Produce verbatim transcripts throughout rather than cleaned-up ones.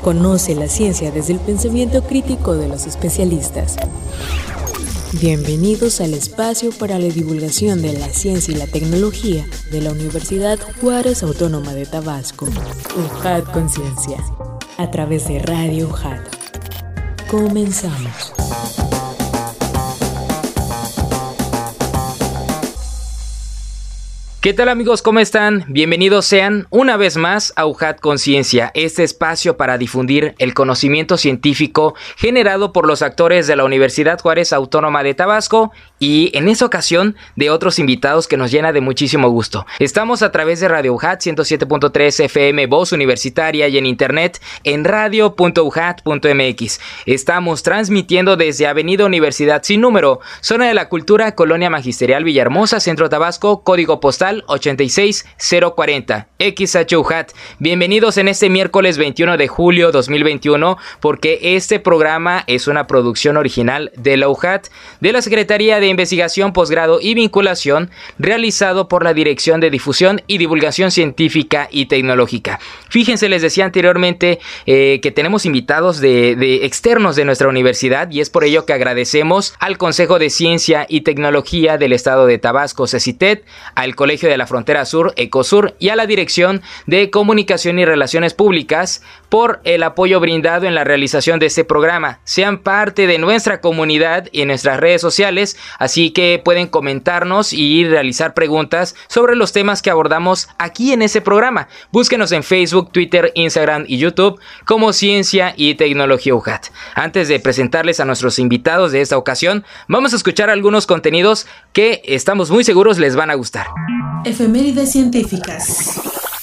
Conoce la ciencia desde el pensamiento crítico de los especialistas. Bienvenidos al espacio para la divulgación de la ciencia y la tecnología de la Universidad Juárez Autónoma de Tabasco. U J A T Conciencia, a través de Radio U J A T. Comenzamos. ¿Qué tal amigos? ¿Cómo están? Bienvenidos sean una vez más a U J A T Conciencia, este espacio para difundir el conocimiento científico generado por los actores de la Universidad Juárez Autónoma de Tabasco y en esta ocasión de otros invitados que nos llena de muchísimo gusto. Estamos a través de Radio U J A T ciento siete punto tres F M Voz Universitaria y en internet en radio punto u j a t punto m x. Estamos transmitiendo desde Avenida Universidad Sin Número, Zona de la Cultura, Colonia Magisterial Villahermosa, Centro Tabasco, código postal ochenta y seis cero cuarenta, X H U J A T. Bienvenidos en este miércoles veintiuno de julio dos mil veintiuno, porque este programa es una producción original de la U J A T, de la Secretaría de Investigación, Posgrado y Vinculación, realizado por la Dirección de Difusión y Divulgación Científica y Tecnológica. Fíjense, les decía anteriormente eh, que tenemos invitados de, de externos de nuestra universidad y es por ello que agradecemos al Consejo de Ciencia y Tecnología del Estado de Tabasco, CECITET, al Colegio de la Frontera Sur, ECOSUR, y a la Dirección de Comunicación y Relaciones Públicas por el apoyo brindado en la realización de este programa. Sean parte de nuestra comunidad y en nuestras redes sociales, así que pueden comentarnos y realizar preguntas sobre los temas que abordamos aquí en ese programa. Búsquenos en Facebook, Twitter, Instagram y YouTube como Ciencia y Tecnología U J A T. Antes de presentarles a nuestros invitados de esta ocasión, vamos a escuchar algunos contenidos que estamos muy seguros les van a gustar. Efemérides científicas.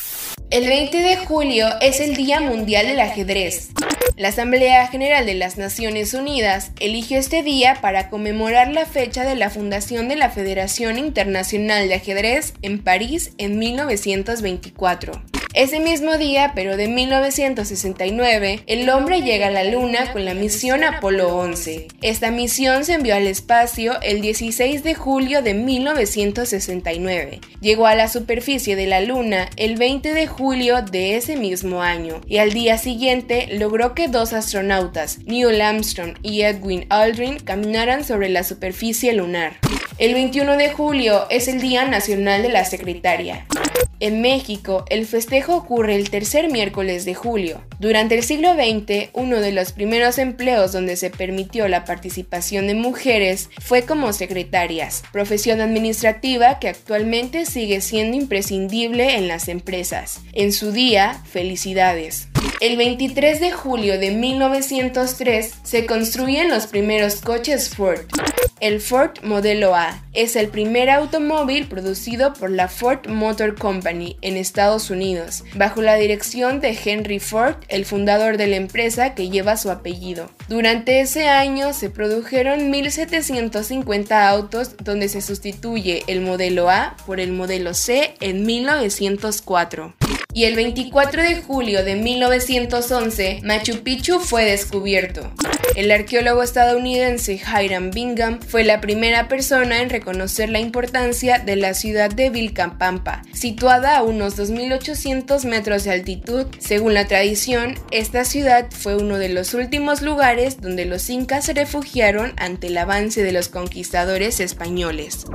El veinte de julio es el Día Mundial del Ajedrez. La Asamblea General de las Naciones Unidas eligió este día para conmemorar la fecha de la fundación de la Federación Internacional de Ajedrez en París en mil novecientos veinticuatro. Ese mismo día, pero de mil novecientos sesenta y nueve, el hombre llega a la Luna con la misión Apolo once. Esta misión se envió al espacio el dieciséis de julio de mil novecientos sesenta y nueve. Llegó a la superficie de la Luna el veinte de julio de ese mismo año, y al día siguiente logró que dos astronautas, Neil Armstrong y Edwin Aldrin, caminaran sobre la superficie lunar. El veintiuno de julio es el Día Nacional de la Secretaria. En México, el festejo ocurre el tercer miércoles de julio. Durante el siglo veinte, uno de los primeros empleos donde se permitió la participación de mujeres fue como secretarias, profesión administrativa que actualmente sigue siendo imprescindible en las empresas. En su día, felicidades. El veintitrés de julio de mil novecientos tres se construyen los primeros coches Ford. El Ford Modelo A es el primer automóvil producido por la Ford Motor Company en Estados Unidos, bajo la dirección de Henry Ford, el fundador de la empresa que lleva su apellido. Durante ese año se produjeron mil setecientos cincuenta autos, donde se sustituye el Modelo A por el Modelo C en mil novecientos cuatro. Y el veinticuatro de julio de mil novecientos once, Machu Picchu fue descubierto. El arqueólogo estadounidense Hiram Bingham fue la primera persona en reconocer la importancia de la ciudad de Vilcapampa, situada a unos dos mil ochocientos metros de altitud. Según la tradición, esta ciudad fue uno de los últimos lugares donde los incas se refugiaron ante el avance de los conquistadores españoles.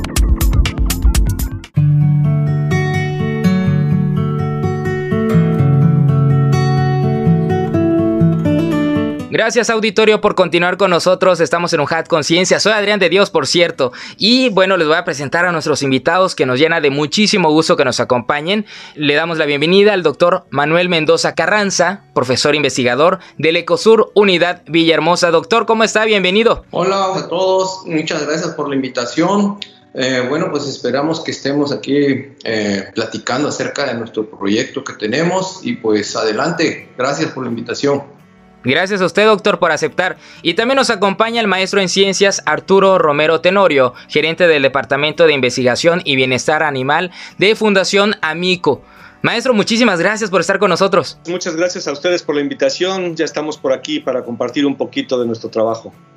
Gracias auditorio por continuar con nosotros, estamos en U J A T Conciencia, soy Adrián de Dios por cierto, y bueno, les voy a presentar a nuestros invitados que nos llena de muchísimo gusto que nos acompañen. Le damos la bienvenida al doctor Manuel Mendoza Carranza, profesor investigador del ECOSUR Unidad Villahermosa. Doctor, ¿cómo está? Bienvenido. Hola a todos, muchas gracias por la invitación. Eh, bueno, pues esperamos que estemos aquí eh, platicando acerca de nuestro proyecto que tenemos y pues adelante, gracias por la invitación. Gracias a usted, doctor, por aceptar. Y también nos acompaña el maestro en ciencias Arturo Romero Tenorio, gerente del Departamento de Investigación y Bienestar Animal de Fundación Amico. Maestro, muchísimas gracias por estar con nosotros. Muchas gracias a ustedes por la invitación. Ya estamos por aquí para compartir un poquito de nuestro trabajo.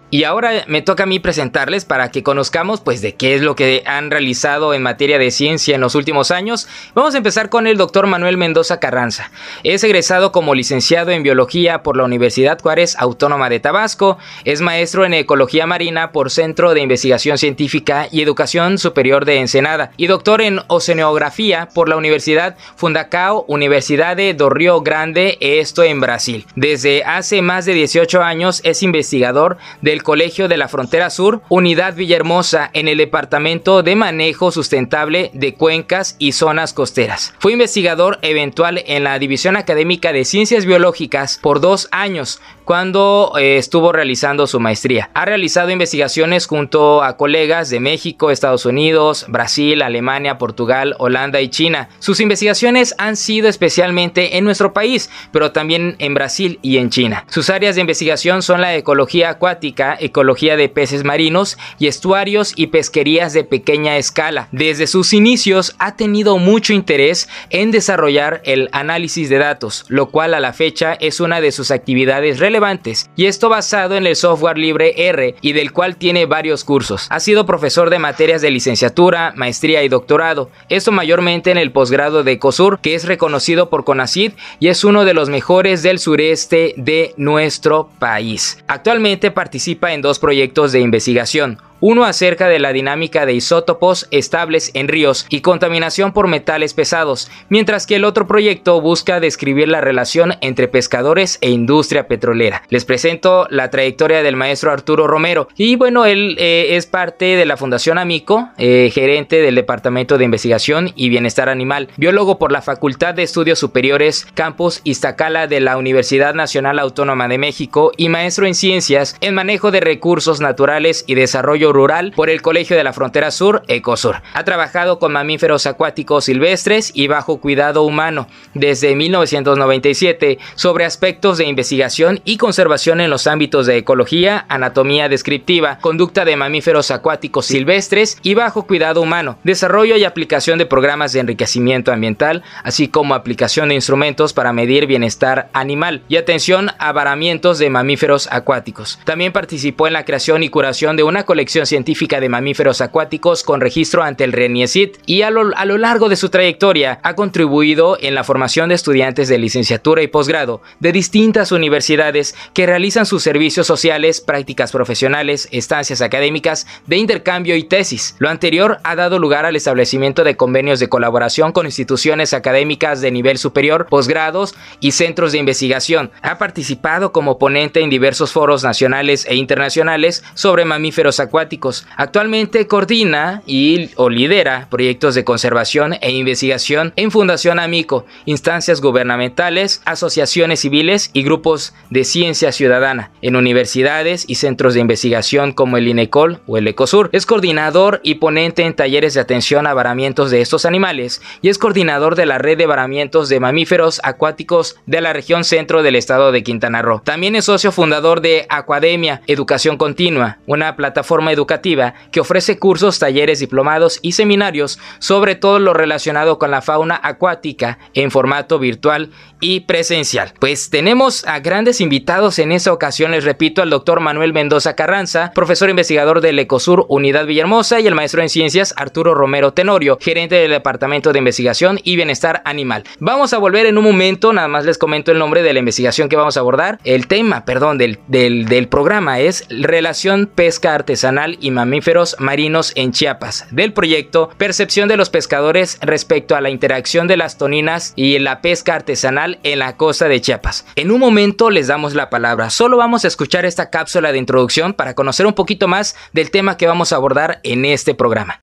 Y ahora me toca a mí presentarles para que conozcamos pues de qué es lo que han realizado en materia de ciencia en los últimos años. Vamos a empezar con el doctor Manuel Mendoza Carranza. Es egresado como licenciado en biología por la Universidad Juárez Autónoma de Tabasco. Es maestro en ecología marina por Centro de Investigación Científica y Educación Superior de Ensenada y doctor en oceanografía por la Universidad Fundacao, Universidad de do Rio Grande, esto en Brasil. Desde hace más de dieciocho años es investigador del Colegio de la Frontera Sur, Unidad Villahermosa, en el Departamento de Manejo Sustentable de Cuencas y Zonas Costeras. Fue investigador eventual en la División Académica de Ciencias Biológicas por dos años, cuando eh, estuvo realizando su maestría. Ha realizado investigaciones junto a colegas de México, Estados Unidos, Brasil, Alemania, Portugal, Holanda y China. Sus investigaciones han sido especialmente en nuestro país, pero también en Brasil y en China. Sus áreas de investigación son la ecología acuática, ecología de peces marinos y estuarios y pesquerías de pequeña escala. Desde sus inicios ha tenido mucho interés en desarrollar el análisis de datos, lo cual a la fecha es una de sus actividades relevantes, y esto basado en el software libre R, y del cual tiene varios cursos. Ha sido profesor de materias de licenciatura, maestría y doctorado, esto mayormente en el posgrado de ECOSUR, que es reconocido por CONACYT y es uno de los mejores del sureste de nuestro país. Actualmente participa en dos proyectos de investigación. Uno acerca de la dinámica de isótopos estables en ríos y contaminación por metales pesados, mientras que el otro proyecto busca describir la relación entre pescadores e industria petrolera. Les presento la trayectoria del maestro Arturo Romero, y bueno, él eh, es parte de la Fundación Amico, eh, gerente del Departamento de Investigación y Bienestar Animal, biólogo por la Facultad de Estudios Superiores Campus Iztacala de la Universidad Nacional Autónoma de México y maestro en Ciencias en Manejo de Recursos Naturales y Desarrollo Rural por el Colegio de la Frontera Sur, ECOSUR. Ha trabajado con mamíferos acuáticos silvestres y bajo cuidado humano desde mil novecientos noventa y siete sobre aspectos de investigación y conservación en los ámbitos de ecología, anatomía descriptiva, conducta de mamíferos acuáticos silvestres y bajo cuidado humano, desarrollo y aplicación de programas de enriquecimiento ambiental, así como aplicación de instrumentos para medir bienestar animal y atención a varamientos de mamíferos acuáticos. También participó en la creación y curación de una colección científica de mamíferos acuáticos con registro ante el RENIECIT, y a lo, a lo largo de su trayectoria ha contribuido en la formación de estudiantes de licenciatura y posgrado de distintas universidades que realizan sus servicios sociales, prácticas profesionales, estancias académicas de intercambio y tesis. Lo anterior ha dado lugar al establecimiento de convenios de colaboración con instituciones académicas de nivel superior, posgrados y centros de investigación. Ha participado como ponente en diversos foros nacionales e internacionales sobre mamíferos acuáticos. Actualmente coordina y o lidera proyectos de conservación e investigación en Fundación Amico, instancias gubernamentales, asociaciones civiles y grupos de ciencia ciudadana en universidades y centros de investigación como el INECOL o el ECOSUR. Es coordinador y ponente en talleres de atención a varamientos de estos animales y es coordinador de la red de varamientos de mamíferos acuáticos de la región centro del estado de Quintana Roo. También es socio fundador de Aquademia Educación Continua, una plataforma educativa que ofrece cursos, talleres, diplomados y seminarios sobre todo lo relacionado con la fauna acuática en formato virtual y presencial. Pues tenemos a grandes invitados en esta ocasión, les repito, al doctor Manuel Mendoza Carranza, profesor investigador del ECOSUR Unidad Villahermosa, y el maestro en Ciencias Arturo Romero Tenorio, gerente del Departamento de Investigación y Bienestar Animal. Vamos a volver en un momento, nada más les comento el nombre de la investigación que vamos a abordar. El tema, perdón, del, del, del programa es relación pesca artesanal y mamíferos marinos en Chiapas, del proyecto Percepción de los pescadores respecto a la interacción de las toninas y la pesca artesanal en la costa de Chiapas. En un momento les damos la palabra, solo vamos a escuchar esta cápsula de introducción para conocer un poquito más del tema que vamos a abordar en este programa.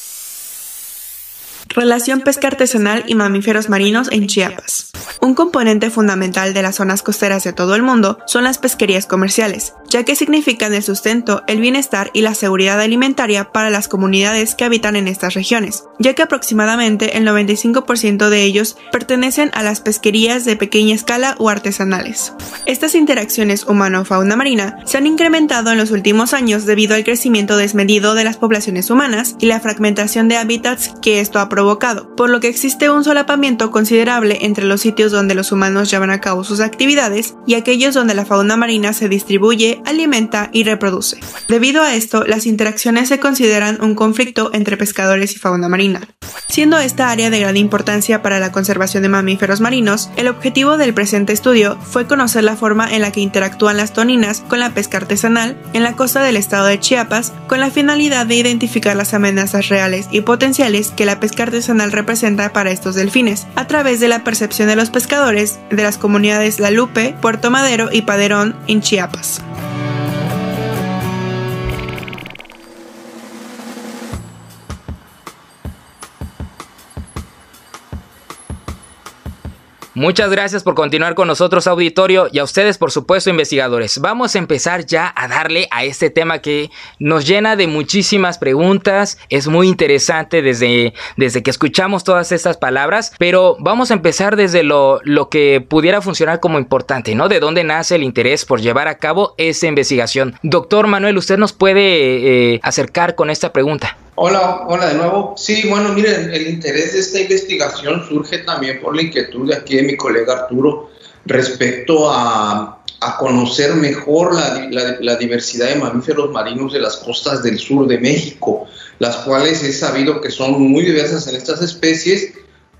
Relación pesca artesanal y mamíferos marinos en Chiapas. Un componente fundamental de las zonas costeras de todo el mundo son las pesquerías comerciales, ya que significan el sustento, el bienestar y la seguridad alimentaria para las comunidades que habitan en estas regiones, ya que aproximadamente el noventa y cinco por ciento de ellos pertenecen a las pesquerías de pequeña escala o artesanales. Estas interacciones humano-fauna marina se han incrementado en los últimos años debido al crecimiento desmedido de las poblaciones humanas y la fragmentación de hábitats que esto ha provocado, por lo que existe un solapamiento considerable entre los sitios donde los humanos llevan a cabo sus actividades y aquellos donde la fauna marina se distribuye alimenta y reproduce. Debido a esto, las interacciones se consideran un conflicto entre pescadores y fauna marina. Siendo esta área de gran importancia para la conservación de mamíferos marinos, el objetivo del presente estudio fue conocer la forma en la que interactúan las toninas con la pesca artesanal en la costa del estado de Chiapas, con la finalidad de identificar las amenazas reales y potenciales que la pesca artesanal representa para estos delfines, a través de la percepción de los pescadores de las comunidades La Lupe, Puerto Madero y Paderón en Chiapas. Muchas gracias por continuar con nosotros, auditorio, y a ustedes, por supuesto, investigadores. Vamos a empezar ya a darle a este tema que nos llena de muchísimas preguntas. Es muy interesante desde, desde que escuchamos todas estas palabras, pero vamos a empezar desde lo, lo que pudiera funcionar como importante, ¿no? De dónde nace el interés por llevar a cabo esta investigación. Doctor Manuel, ¿usted nos puede eh, acercar con esta pregunta? Hola, hola de nuevo. Sí, bueno, miren, el interés de esta investigación surge también por la inquietud de aquí de mi colega Arturo respecto a, a conocer mejor la, la, la diversidad de mamíferos marinos de las costas del sur de México, las cuales he sabido que son muy diversas en estas especies,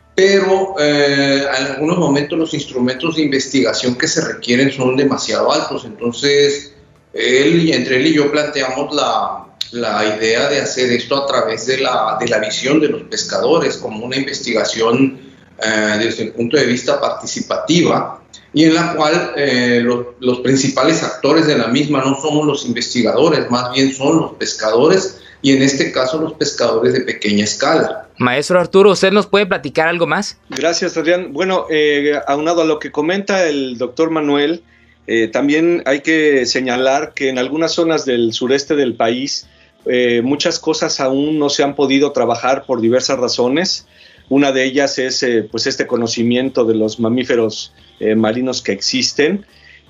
pero eh, en algunos momentos los instrumentos de investigación que se requieren son demasiado altos. Entonces, él, entre él y yo planteamos la... la idea de hacer esto a través de la, de la visión de los pescadores, como una investigación eh, desde el punto de vista participativa, y en la cual eh, los, los principales actores de la misma no somos los investigadores, más bien son los pescadores, y en este caso los pescadores de pequeña escala. Maestro Arturo, ¿usted nos puede platicar algo más? Gracias, Adrián. Bueno, eh, aunado a lo que comenta el doctor Manuel, eh, también hay que señalar que en algunas zonas del sureste del país Eh, muchas cosas aún no se han podido trabajar por diversas razones. Una de ellas es eh, pues este conocimiento de los mamíferos eh, marinos que existen,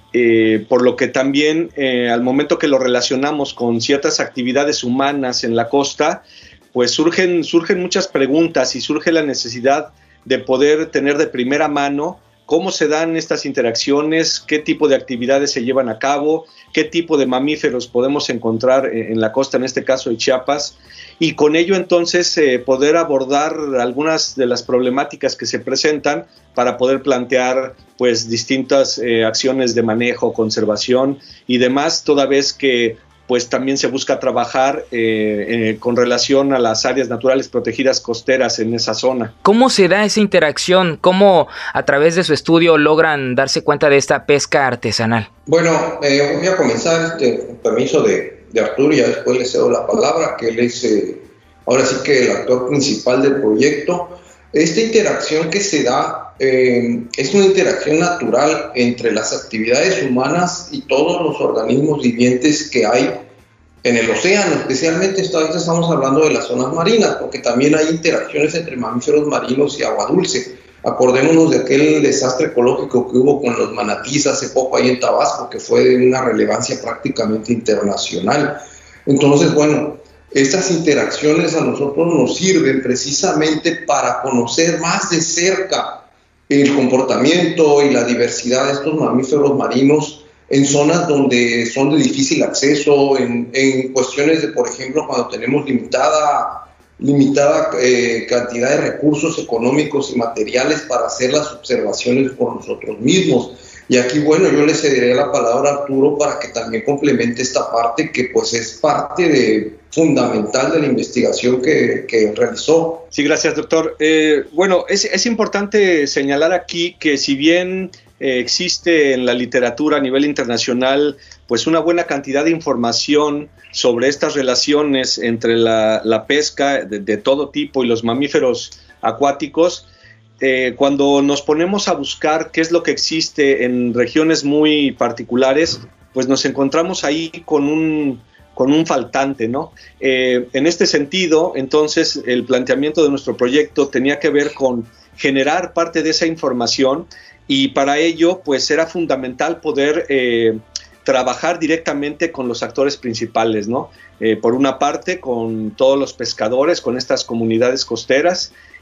eh, por lo que también eh, al momento que lo relacionamos con ciertas actividades humanas en la costa, pues surgen, surgen muchas preguntas y surge la necesidad de poder tener de primera mano cómo se dan estas interacciones, qué tipo de actividades se llevan a cabo, qué tipo de mamíferos podemos encontrar en la costa, en este caso de Chiapas, y con ello entonces eh, poder abordar algunas de las problemáticas que se presentan para poder plantear pues distintas eh, acciones de manejo, conservación y demás, toda vez que pues también se busca trabajar eh, eh, con relación a las áreas naturales protegidas costeras en esa zona. ¿Cómo se da esa interacción? ¿Cómo a través de su estudio logran darse cuenta de esta pesca artesanal? Bueno, eh, voy a comenzar este, con permiso de, de Arturo, y ya después le cedo la palabra, que él es eh, ahora sí que el actor principal del proyecto. Esta interacción que se da eh, es una interacción natural entre las actividades humanas y todos los organismos vivientes que hay en el océano. Especialmente estamos hablando de las zonas marinas, porque también hay interacciones entre mamíferos marinos y agua dulce. Acordémonos de aquel desastre ecológico que hubo con los manatíes hace poco ahí en Tabasco, que fue de una relevancia prácticamente internacional. Entonces, bueno, estas interacciones a nosotros nos sirven precisamente para conocer más de cerca el comportamiento y la diversidad de estos mamíferos marinos en zonas donde son de difícil acceso, en, en cuestiones de, por ejemplo, cuando tenemos limitada, limitada eh, cantidad de recursos económicos y materiales para hacer las observaciones por nosotros mismos. Y aquí, bueno, yo le cederé la palabra a Arturo para que también complemente esta parte que pues es parte de, fundamental de la investigación que, que realizó. Sí, gracias, doctor. Eh, bueno, es, es importante señalar aquí que si bien eh, existe en la literatura a nivel internacional pues una buena cantidad de información sobre estas relaciones entre la, la pesca de, de todo tipo y los mamíferos acuáticos, Eh, cuando nos ponemos a buscar qué es lo que existe en regiones muy particulares, pues nos encontramos ahí con un, con un faltante, ¿no? Eh, en este sentido, entonces, el planteamiento de nuestro proyecto tenía que ver con generar parte de esa información, y para ello, pues era fundamental poder eh, trabajar directamente con los actores principales, ¿no? Eh, por una parte, con todos los pescadores, con estas comunidades costeras,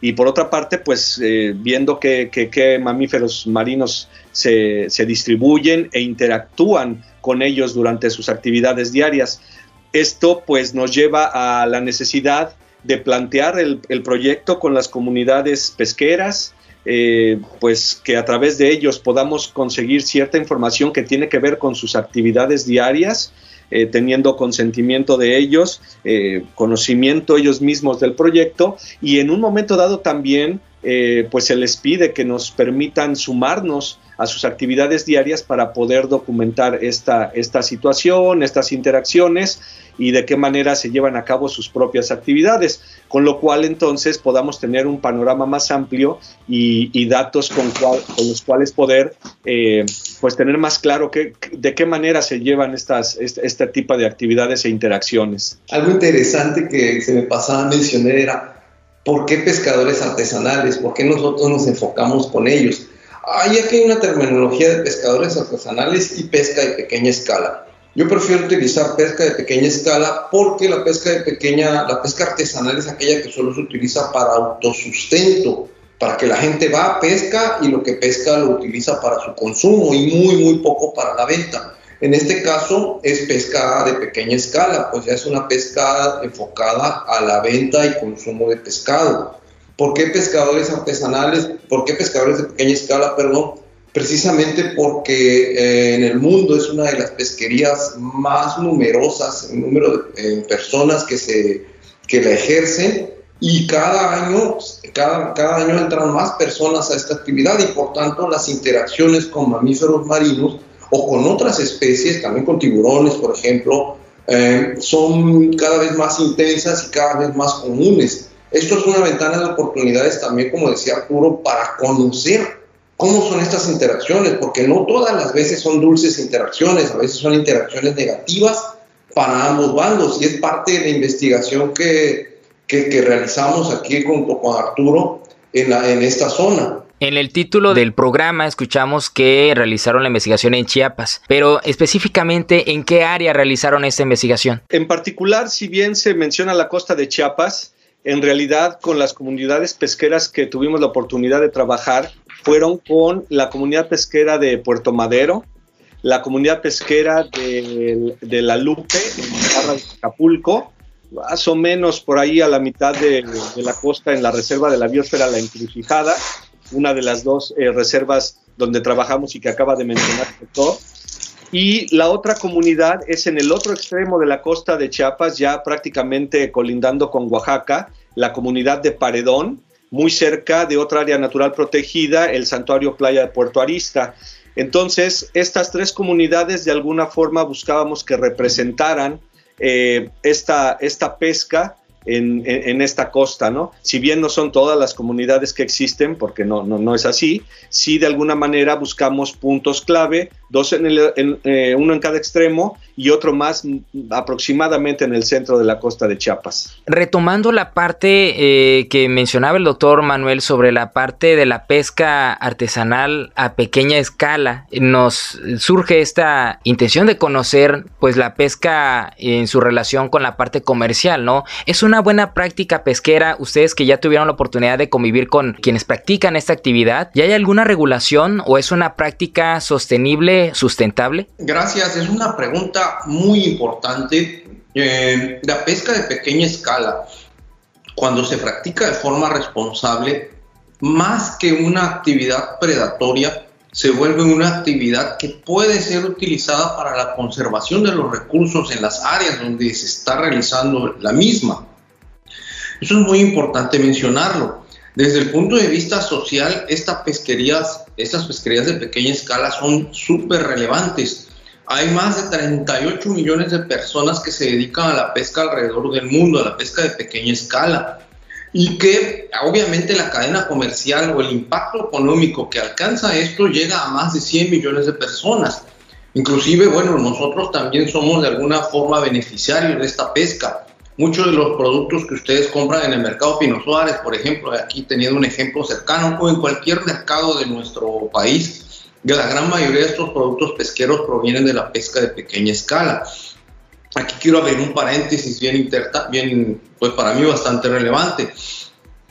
y por otra parte, pues eh, viendo qué que, que mamíferos marinos se, se distribuyen e interactúan con ellos durante sus actividades diarias. Esto pues nos lleva a la necesidad de plantear el, el proyecto con las comunidades pesqueras, eh, pues que a través de ellos podamos conseguir cierta información que tiene que ver con sus actividades diarias, eh, teniendo consentimiento de ellos, eh, conocimiento ellos mismos del proyecto, y en un momento dado también eh, pues se les pide que nos permitan sumarnos a sus actividades diarias para poder documentar esta, esta situación, estas interacciones y de qué manera se llevan a cabo sus propias actividades, con lo cual entonces podamos tener un panorama más amplio y, y datos con, cual, con los cuales poder eh, pues tener más claro que, de qué manera se llevan estas, este, este tipo de actividades e interacciones. Algo interesante que se me pasaba a mencionar era ¿por qué pescadores artesanales? ¿Por qué nosotros nos enfocamos con ellos? Hay aquí una terminología de pescadores artesanales y pesca de pequeña escala. Yo prefiero utilizar pesca de pequeña escala porque la pesca de pequeña, la pesca artesanal es aquella que solo se utiliza para autosustento, para que la gente va a pesca y lo que pesca lo utiliza para su consumo y muy muy poco para la venta. En este caso es pesca de pequeña escala, pues ya es una pesca enfocada a la venta y consumo de pescado. ¿Por qué pescadores artesanales? ¿Por qué pescadores de pequeña escala? Perdón, precisamente porque eh, en el mundo es una de las pesquerías más numerosas en número de eh, personas que, se, que la ejercen, y cada año, cada, cada año entran más personas a esta actividad y por tanto las interacciones con mamíferos marinos o con otras especies, también con tiburones por ejemplo, eh, son cada vez más intensas y cada vez más comunes. Esto es una ventana de oportunidades también, como decía Arturo, para conocer cómo son estas interacciones, porque no todas las veces son dulces interacciones, a veces son interacciones negativas para ambos bandos, y es parte de la investigación que, que, que realizamos aquí junto con Arturo en, la, en esta zona. En el título del programa escuchamos que realizaron la investigación en Chiapas, pero específicamente, ¿en qué área realizaron esta investigación? En particular, si bien se menciona la costa de Chiapas, en realidad con las comunidades pesqueras que tuvimos la oportunidad de trabajar fueron con la comunidad pesquera de Puerto Madero, la comunidad pesquera de, de La Lupe, en Barra de Acapulco, más o menos por ahí a la mitad de, de la costa en la reserva de la biosfera La Encrucijada, una de las dos eh, reservas donde trabajamos y que acaba de mencionar el doctor. Y la otra comunidad es en el otro extremo de la costa de Chiapas, ya prácticamente colindando con Oaxaca, la comunidad de Paredón, muy cerca de otra área natural protegida, el Santuario Playa de Puerto Arista. Entonces, estas tres comunidades de alguna forma buscábamos que representaran eh, esta, esta pesca En, en, en esta costa, ¿no? Si bien no son todas las comunidades que existen, porque no, no, no es así, sí de alguna manera buscamos puntos clave, dos en el, en, eh, uno en cada extremo y otro más aproximadamente en el centro de la costa de Chiapas. Retomando la parte eh, que mencionaba el doctor Manuel sobre la parte de la pesca artesanal a pequeña escala, nos surge esta intención de conocer pues la pesca en su relación con la parte comercial, ¿no? Es una buena práctica pesquera, ustedes que ya tuvieron la oportunidad de convivir con quienes practican esta actividad, ¿ya hay alguna regulación o es una práctica sostenible, sustentable? Gracias, es una pregunta muy importante. Eh, la pesca de pequeña escala, cuando se practica de forma responsable, más que una actividad predatoria, se vuelve una actividad que puede ser utilizada para la conservación de los recursos en las áreas donde se está realizando la misma. Eso es muy importante mencionarlo. Desde el punto de vista social, estas pesquerías, estas pesquerías de pequeña escala son súper relevantes. Hay más de treinta y ocho millones de personas que se dedican a la pesca alrededor del mundo, a la pesca de pequeña escala. Y que obviamente la cadena comercial o el impacto económico que alcanza esto llega a más de cien millones de personas. Inclusive, bueno, nosotros también somos de alguna forma beneficiarios de esta pesca. Muchos de los productos que ustedes compran en el mercado Pino Suárez, por ejemplo, aquí teniendo un ejemplo cercano, o en cualquier mercado de nuestro país, la gran mayoría de estos productos pesqueros provienen de la pesca de pequeña escala. Aquí quiero abrir un paréntesis bien, interta, bien pues para mí bastante relevante.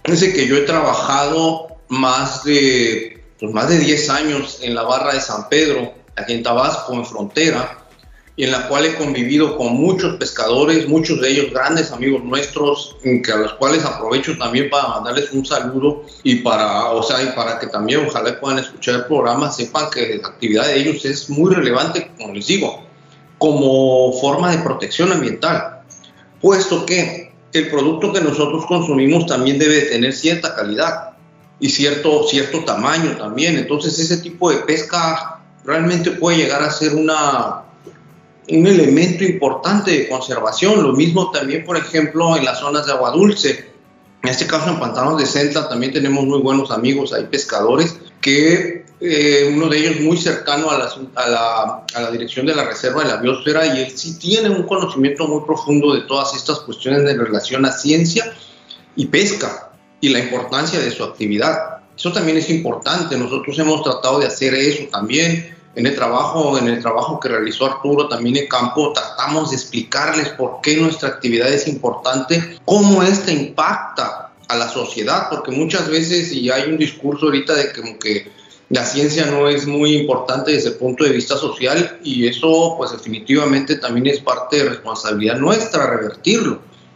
Fíjense que yo he trabajado más de, pues más de diez años en la barra de San Pedro, aquí en Tabasco, en frontera, y en la cual he convivido con muchos pescadores, muchos de ellos grandes amigos nuestros, que a los cuales aprovecho también para mandarles un saludo y para, o sea, y para que también ojalá puedan escuchar el programa, sepan que la actividad de ellos es muy relevante, como les digo, como forma de protección ambiental, puesto que el producto que nosotros consumimos también debe tener cierta calidad y cierto, cierto tamaño también. Entonces ese tipo de pesca realmente puede llegar a ser una, un elemento importante de conservación. Lo mismo también, por ejemplo, en las zonas de agua dulce. En este caso, en Pantanos de Centla también tenemos muy buenos amigos, hay pescadores que eh, uno de ellos muy cercano a la, a, la, a la dirección de la Reserva de la Biosfera, y él sí tiene un conocimiento muy profundo de todas estas cuestiones en relación a ciencia y pesca y la importancia de su actividad. Eso también es importante. Nosotros hemos tratado de hacer eso también en el trabajo, en el trabajo que realizó Arturo también en campo. Tratamos de explicarles por qué nuestra actividad es importante, cómo esta impacta a la sociedad, porque muchas veces, y hay un discurso ahorita de como que la ciencia no es muy importante desde el punto de vista social, y eso pues definitivamente también es parte de responsabilidad nuestra revertirlo.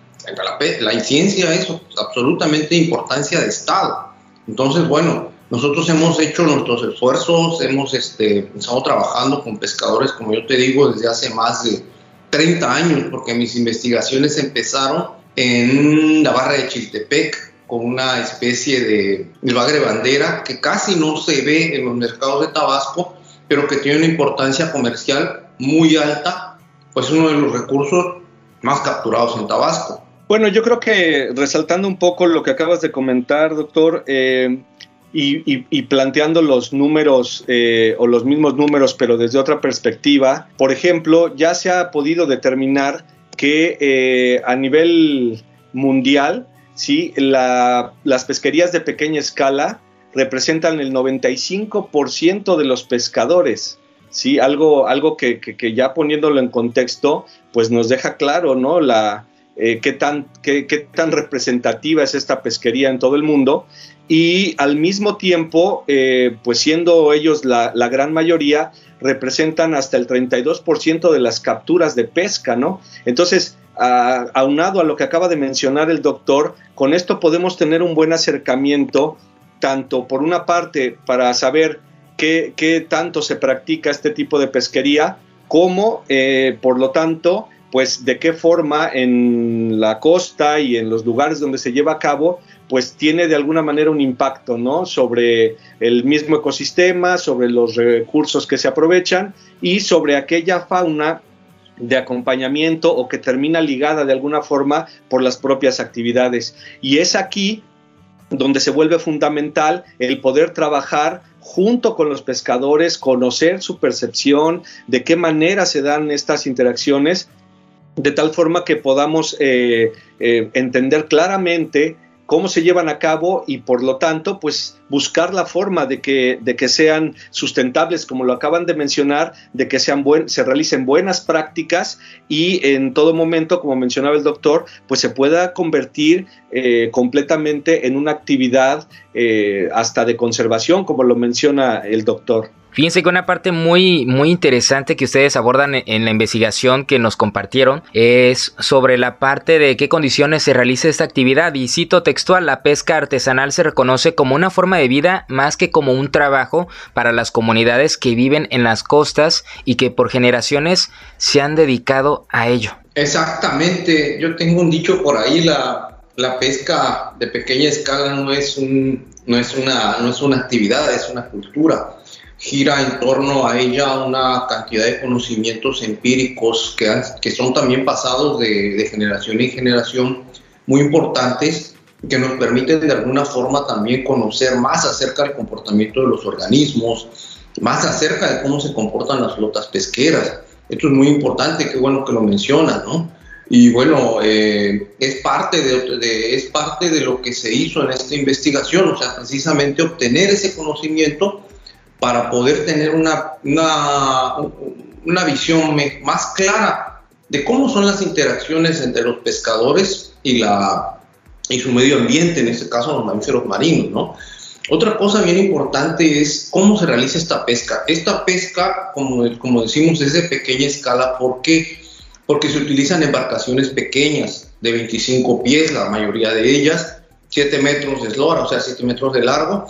La, la ciencia es absolutamente importancia de Estado. Entonces, bueno, nosotros hemos hecho nuestros esfuerzos, hemos este, estado trabajando con pescadores, como yo te digo, desde hace más de treinta años, porque mis investigaciones empezaron en la barra de Chiltepec, con una especie de, de bagre bandera que casi no se ve en los mercados de Tabasco, pero que tiene una importancia comercial muy alta, pues uno de los recursos más capturados en Tabasco. Bueno, yo creo que resaltando un poco lo que acabas de comentar, doctor, eh, y, y, y planteando los números eh, o los mismos números, pero desde otra perspectiva, por ejemplo, ya se ha podido determinar que eh, a nivel mundial, sí, la, las pesquerías de pequeña escala representan el noventa y cinco por ciento de los pescadores, sí, algo, algo que, que, que ya poniéndolo en contexto, pues nos deja claro, ¿no? La, eh, qué tan, qué, qué tan representativa es esta pesquería en todo el mundo, y al mismo tiempo, eh, pues siendo ellos la, la gran mayoría, representan hasta el treinta y dos por ciento de las capturas de pesca, ¿no? Entonces, a, aunado a lo que acaba de mencionar el doctor, con esto podemos tener un buen acercamiento, tanto por una parte para saber qué, qué tanto se practica este tipo de pesquería, como eh, por lo tanto, pues de qué forma en la costa y en los lugares donde se lleva a cabo, pues tiene de alguna manera un impacto, ¿no? Sobre el mismo ecosistema, sobre los recursos que se aprovechan y sobre aquella fauna de acompañamiento o que termina ligada de alguna forma por las propias actividades. Y es aquí donde se vuelve fundamental el poder trabajar junto con los pescadores, conocer su percepción, de qué manera se dan estas interacciones, de tal forma que podamos eh, eh, entender claramente cómo se llevan a cabo y por lo tanto pues buscar la forma de que, de que sean sustentables, como lo acaban de mencionar, de que sean buen, se realicen buenas prácticas y en todo momento, como mencionaba el doctor, pues se pueda convertir eh, completamente en una actividad eh, hasta de conservación, como lo menciona el doctor. Fíjense que una parte muy, muy interesante que ustedes abordan en la investigación que nos compartieron es sobre la parte de qué condiciones se realiza esta actividad, y cito textual: la pesca artesanal se reconoce como una forma de vida más que como un trabajo para las comunidades que viven en las costas y que por generaciones se han dedicado a ello. Exactamente, yo tengo un dicho por ahí, la, la pesca de pequeña escala no es, un, no, es una, no es una actividad, es una cultura. Gira en torno a ella una cantidad de conocimientos empíricos que, han, que son también pasados de, de generación en generación, muy importantes, que nos permiten de alguna forma también conocer más acerca del comportamiento de los organismos, más acerca de cómo se comportan las flotas pesqueras. Esto es muy importante, qué bueno que lo mencionas, ¿no? Y bueno, eh, es, parte de, de, es parte de lo que se hizo en esta investigación, o sea, precisamente obtener ese conocimiento para poder tener una, una, una visión más clara de cómo son las interacciones entre los pescadores y la, y su medio ambiente, en este caso los mamíferos marinos, ¿no? Otra cosa bien importante es cómo se realiza esta pesca. Esta pesca, como, como decimos, es de pequeña escala. ¿Por qué? Porque se utilizan embarcaciones pequeñas, de veinticinco pies, la mayoría de ellas, siete metros de eslora, o sea, siete metros de largo,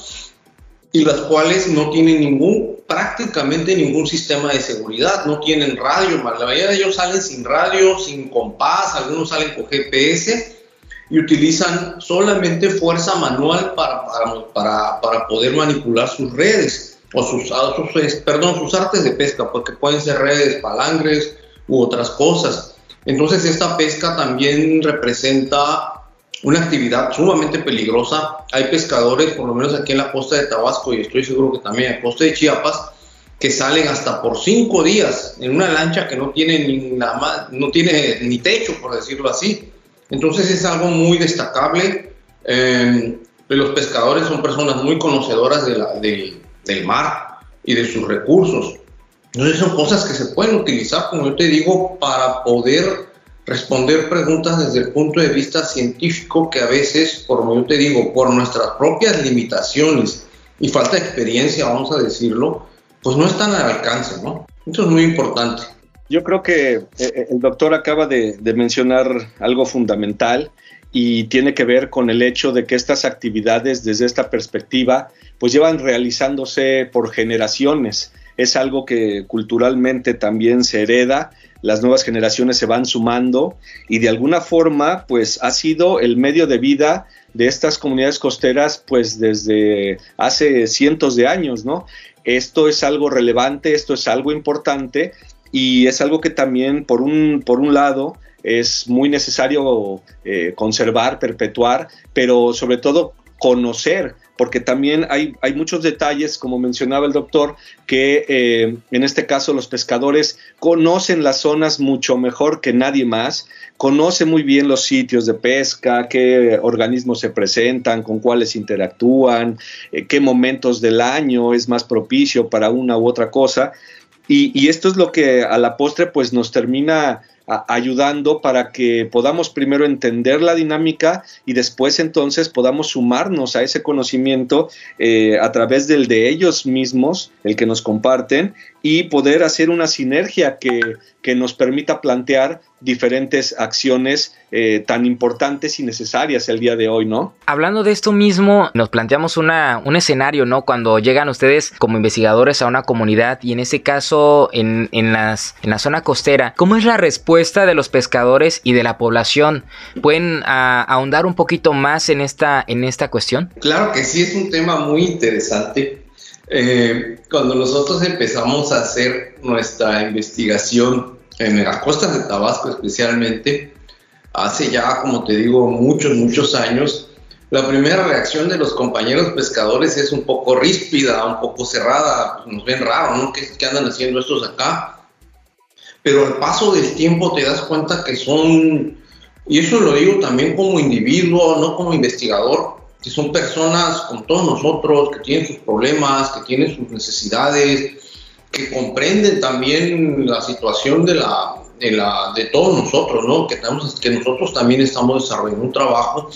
y las cuales no tienen ningún, prácticamente ningún sistema de seguridad, no tienen radio, la mayoría de ellos salen sin radio, sin compás, algunos salen con G P S, y utilizan solamente fuerza manual para, para, para, para poder manipular sus redes, o sus, sus, perdón, sus artes de pesca, porque pueden ser redes, palangres u otras cosas. Entonces esta pesca también representa una actividad sumamente peligrosa. Hay pescadores, por lo menos aquí en la costa de Tabasco, y estoy seguro que también en la costa de Chiapas, que salen hasta por cinco días en una lancha que no tiene ni, nada, no tiene ni techo, por decirlo así. Entonces es algo muy destacable. Eh, los pescadores son personas muy conocedoras de la, de, del mar y de sus recursos. Entonces son cosas que se pueden utilizar, como yo te digo, para poder responder preguntas desde el punto de vista científico, que a veces, como yo te digo, por nuestras propias limitaciones y falta de experiencia, vamos a decirlo, pues no están al alcance, ¿no? Esto es muy importante. Yo creo que eh, el doctor acaba de, de mencionar algo fundamental y tiene que ver con el hecho de que estas actividades, desde esta perspectiva, pues llevan realizándose por generaciones. Es algo que culturalmente también se hereda, las nuevas generaciones se van sumando y de alguna forma pues ha sido el medio de vida de estas comunidades costeras pues desde hace cientos de años, ¿no? Esto es algo relevante, esto es algo importante y es algo que también por un, por un lado es muy necesario eh, conservar, perpetuar, pero sobre todo conocer, porque también hay, hay muchos detalles, como mencionaba el doctor, que eh, en este caso los pescadores conocen las zonas mucho mejor que nadie más, conocen muy bien los sitios de pesca, qué organismos se presentan, con cuáles interactúan, eh, qué momentos del año es más propicio para una u otra cosa, y, y esto es lo que a la postre pues nos termina a, ayudando para que podamos primero entender la dinámica y después entonces podamos sumarnos a ese conocimiento eh, a través del de ellos mismos, el que nos comparten, y poder hacer una sinergia que, que nos permita plantear diferentes acciones eh, tan importantes y necesarias el día de hoy, ¿no? Hablando de esto mismo, nos planteamos una, un escenario, ¿no? Cuando llegan ustedes como investigadores a una comunidad y en este caso en, en, las, en la zona costera, ¿cómo es la respuesta de los pescadores y de la población? ¿Pueden a, ahondar un poquito más en esta, en esta cuestión? Claro que sí, es un tema muy interesante. Eh, cuando nosotros empezamos a hacer nuestra investigación en las costas de Tabasco especialmente, hace ya, como te digo, muchos, muchos años, la primera reacción de los compañeros pescadores es un poco ríspida, un poco cerrada, pues nos ven raro, ¿no? ¿Qué, qué andan haciendo estos acá? Pero al paso del tiempo te das cuenta que son, y eso lo digo también como individuo, no como investigador, que son personas como todos nosotros, que tienen sus problemas, que tienen sus necesidades, que comprenden también la situación de, la, de, la, de todos nosotros, ¿no? Que, tenemos, que nosotros también estamos desarrollando un trabajo,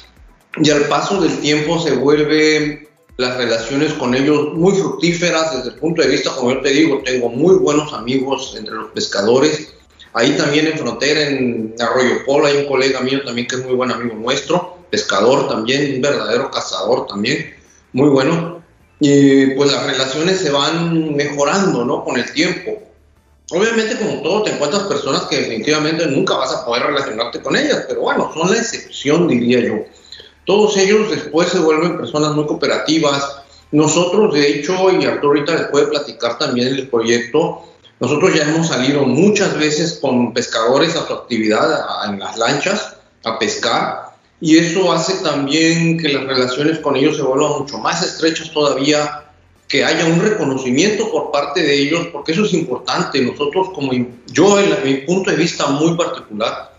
y al paso del tiempo se vuelven las relaciones con ellos muy fructíferas desde el punto de vista, como yo te digo, tengo muy buenos amigos entre los pescadores. Ahí también en frontera, en Arroyo Polo, hay un colega mío también que es muy buen amigo nuestro, pescador también, un verdadero cazador también, muy bueno. Y pues las relaciones se van mejorando, ¿no? Con el tiempo. Obviamente, como todo, te encuentras personas que definitivamente nunca vas a poder relacionarte con ellas, pero bueno, son la excepción, diría yo. Todos ellos después se vuelven personas muy cooperativas. Nosotros, de hecho, y Arturo ahorita les puede platicar también el proyecto, nosotros ya hemos salido muchas veces con pescadores a su actividad en las lanchas, a pescar, y eso hace también que las relaciones con ellos se vuelvan mucho más estrechas todavía, que haya un reconocimiento por parte de ellos, porque eso es importante. Nosotros, como yo, en mi punto de vista muy particular,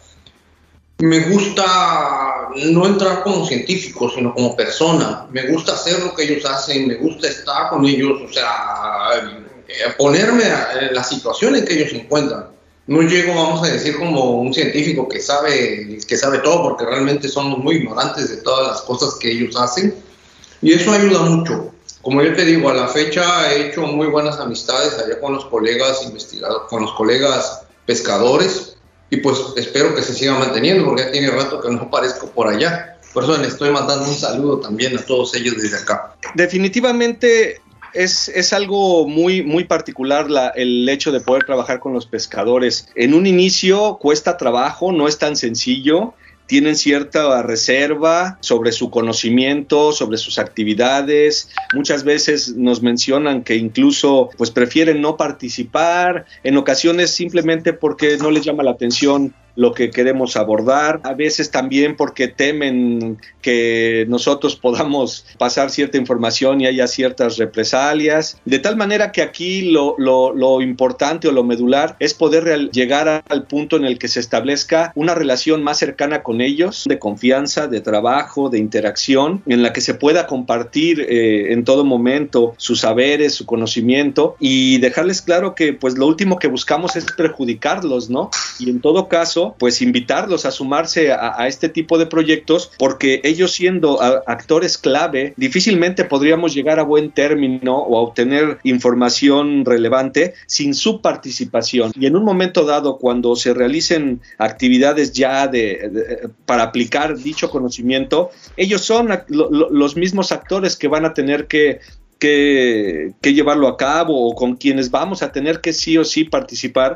me gusta no entrar como científico, sino como persona. Me gusta hacer lo que ellos hacen, me gusta estar con ellos, o sea, ponerme en la situación en que ellos se encuentran. no llego, vamos a decir, como un científico que sabe, que sabe todo, porque realmente somos muy ignorantes de todas las cosas que ellos hacen, y eso ayuda mucho. Como yo te digo, a la fecha he hecho muy buenas amistades allá con los colegas investigadores, con los colegas pescadores, y pues espero que se siga manteniendo, porque ya tiene rato que no aparezco por allá. Por eso les estoy mandando un saludo también a todos ellos desde acá. Definitivamente es, es algo muy, muy particular la, el hecho de poder trabajar con los pescadores. En un inicio cuesta trabajo, no es tan sencillo. Tienen cierta reserva sobre su conocimiento, sobre sus actividades. Muchas veces nos mencionan que incluso pues, prefieren no participar, en ocasiones simplemente porque no les llama la atención lo que queremos abordar, a veces también porque temen que nosotros podamos pasar cierta información y haya ciertas represalias, de tal manera que aquí lo, lo, lo importante o lo medular es poder real, llegar a, al punto en el que se establezca una relación más cercana con ellos, de confianza, de trabajo, de interacción, en la que se pueda compartir eh, en todo momento sus saberes, su conocimiento, y dejarles claro que pues lo último que buscamos es perjudicarlos, ¿no? Y en todo caso pues invitarlos a sumarse a, a este tipo de proyectos, porque ellos siendo a, actores clave, difícilmente podríamos llegar a buen término o a obtener información relevante sin su participación. Y en un momento dado, cuando se realicen actividades ya de, de, para aplicar dicho conocimiento, ellos son lo, lo, los mismos actores que van a tener que Que, que llevarlo a cabo, o con quienes vamos a tener que sí o sí participar.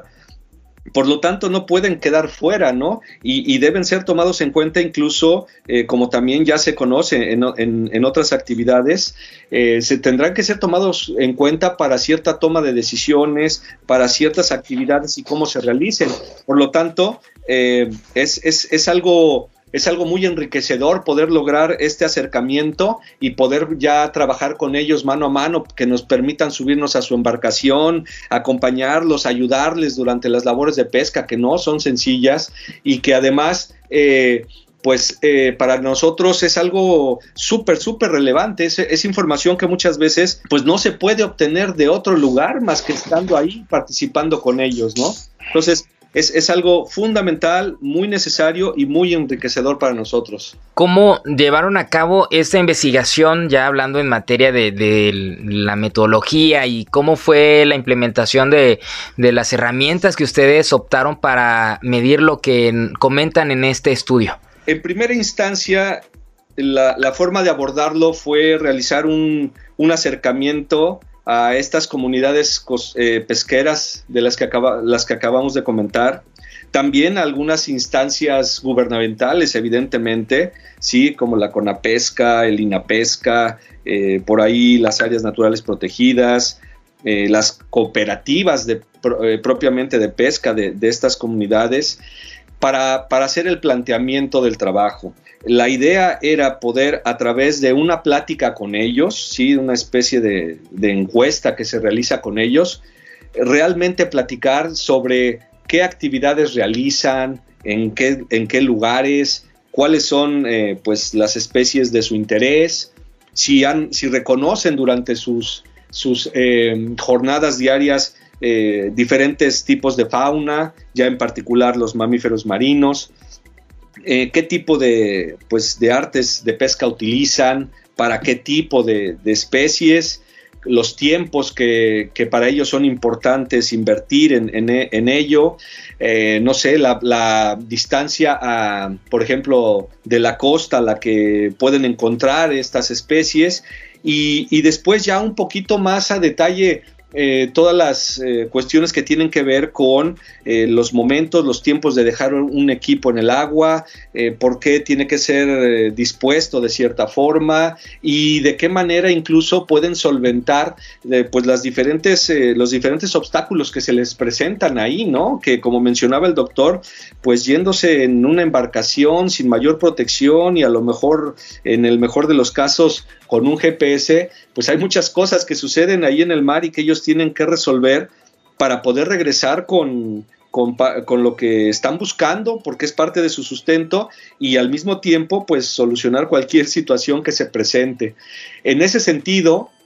Por lo tanto, no pueden quedar fuera, ¿no? Y, y deben ser tomados en cuenta incluso, eh, como también ya se conoce en, en, en otras actividades, eh, se tendrán que ser tomados en cuenta para cierta toma de decisiones, para ciertas actividades y cómo se realicen. Por lo tanto, eh, es, es, es algo... Es algo muy enriquecedor poder lograr este acercamiento y poder ya trabajar con ellos mano a mano, que nos permitan subirnos a su embarcación, acompañarlos, ayudarles durante las labores de pesca, que no son sencillas, y que además eh, pues eh, para nosotros es algo súper, súper relevante. Es, es información que muchas veces pues no se puede obtener de otro lugar más que estando ahí participando con ellos, ¿no? Entonces, Es, es algo fundamental, muy necesario y muy enriquecedor para nosotros. ¿Cómo llevaron a cabo esta investigación, ya hablando en materia de, de la metodología, y cómo fue la implementación de, de las herramientas que ustedes optaron para medir lo que comentan en este estudio? En primera instancia, la, la forma de abordarlo fue realizar un, un acercamiento a estas comunidades eh, pesqueras de las que, acaba, las que acabamos de comentar. También algunas instancias gubernamentales, evidentemente, sí, como la CONAPESCA, el INAPESCA, eh, por ahí las áreas naturales protegidas, eh, las cooperativas de, eh, propiamente de pesca de, de estas comunidades, para, para hacer el planteamiento del trabajo. La idea era poder, a través de una plática con ellos, ¿sí? Una especie de, de encuesta que se realiza con ellos, realmente platicar sobre qué actividades realizan, en qué, en qué lugares, cuáles son eh, pues, las especies de su interés, si, han, si reconocen durante sus, sus eh, jornadas diarias eh, diferentes tipos de fauna, ya en particular los mamíferos marinos, Eh, qué tipo de, pues, de artes de pesca utilizan, para qué tipo de, de especies, los tiempos que, que para ellos son importantes invertir en, en, en ello, eh, no sé, la, la distancia, a, por ejemplo, de la costa a la que pueden encontrar estas especies, y, y después ya un poquito más a detalle, Eh, todas las eh, cuestiones que tienen que ver con eh, los momentos, los tiempos de dejar un equipo en el agua, eh, por qué tiene que ser eh, dispuesto de cierta forma, y de qué manera incluso pueden solventar eh, pues las diferentes, eh, los diferentes obstáculos que se les presentan ahí, ¿no? Que, como mencionaba el doctor, pues yéndose en una embarcación sin mayor protección, y a lo mejor, en el mejor de los casos, con un G P S, pues hay muchas cosas que suceden ahí en el mar y que ellos tienen que resolver para poder regresar con, con, con lo que están buscando, porque es parte de su sustento, y al mismo tiempo pues solucionar cualquier situación que se presente. En ese sentido,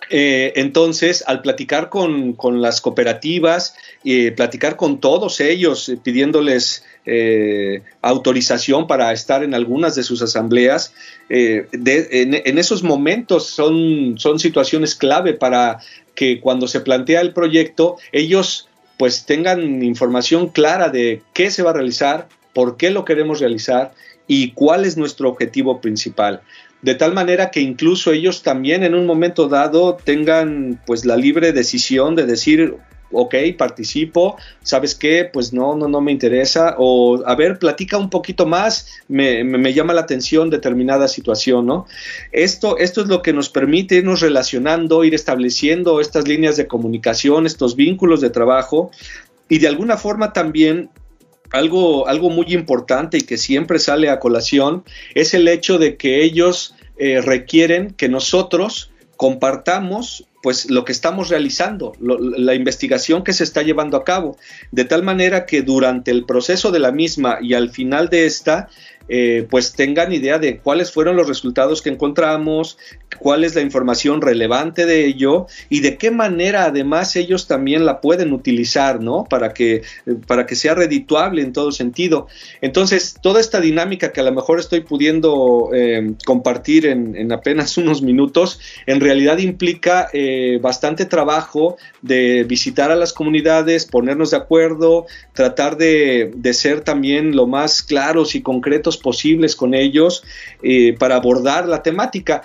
Eh, entonces, al platicar con, con las cooperativas, eh, platicar con todos ellos, eh, pidiéndoles eh, autorización para estar en algunas de sus asambleas, eh, de, en, en esos momentos son, son situaciones clave para que cuando se plantea el proyecto, ellos pues tengan información clara de qué se va a realizar, por qué lo queremos realizar y cuál es nuestro objetivo principal. De tal manera que incluso ellos también en un momento dado tengan pues la libre decisión de decir, ok, participo, ¿sabes qué? Pues no, no, no me interesa, o a ver, platica un poquito más, me, me, me llama la atención determinada situación, ¿no? Esto, esto es lo que nos permite irnos relacionando, ir estableciendo estas líneas de comunicación, estos vínculos de trabajo, y de alguna forma también algo, algo muy importante y que siempre sale a colación es el hecho de que ellos eh, requieren que nosotros compartamos pues lo que estamos realizando, lo, la investigación que se está llevando a cabo, de tal manera que durante el proceso de la misma y al final de esta, eh, pues tengan idea de cuáles fueron los resultados que encontramos, cuál es la información relevante de ello y de qué manera además ellos también la pueden utilizar, ¿no? Para que, para que sea redituable en todo sentido. Entonces, toda esta dinámica que a lo mejor estoy pudiendo eh, compartir en, en apenas unos minutos, en realidad implica eh, bastante trabajo de visitar a las comunidades, ponernos de acuerdo, tratar de, de ser también lo más claros y concretos posibles con ellos eh, para abordar la temática.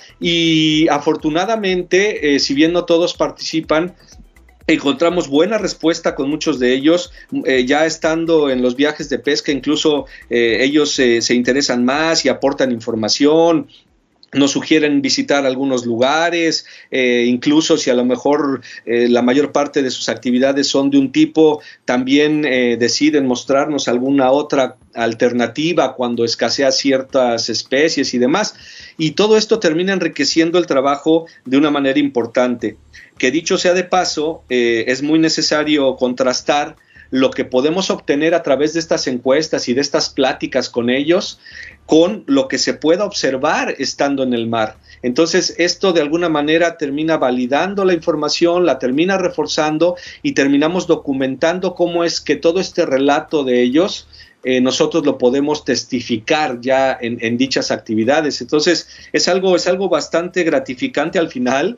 Y afortunadamente, eh, si bien no todos participan, encontramos buena respuesta con muchos de ellos, eh, ya estando en los viajes de pesca, incluso eh, ellos eh, se interesan más y aportan información. Nos sugieren visitar algunos lugares, eh, incluso si a lo mejor eh, la mayor parte de sus actividades son de un tipo, también eh, deciden mostrarnos alguna otra alternativa cuando escasea ciertas especies y demás. Y todo esto termina enriqueciendo el trabajo de una manera importante. Que dicho sea de paso, eh, es muy necesario contrastar lo que podemos obtener a través de estas encuestas y de estas pláticas con ellos, con lo que se pueda observar estando en el mar. Entonces, esto de alguna manera termina validando la información, la termina reforzando y terminamos documentando cómo es que todo este relato de ellos Eh, nosotros lo podemos testificar ya en, en dichas actividades. Entonces es algo, es algo bastante gratificante al final,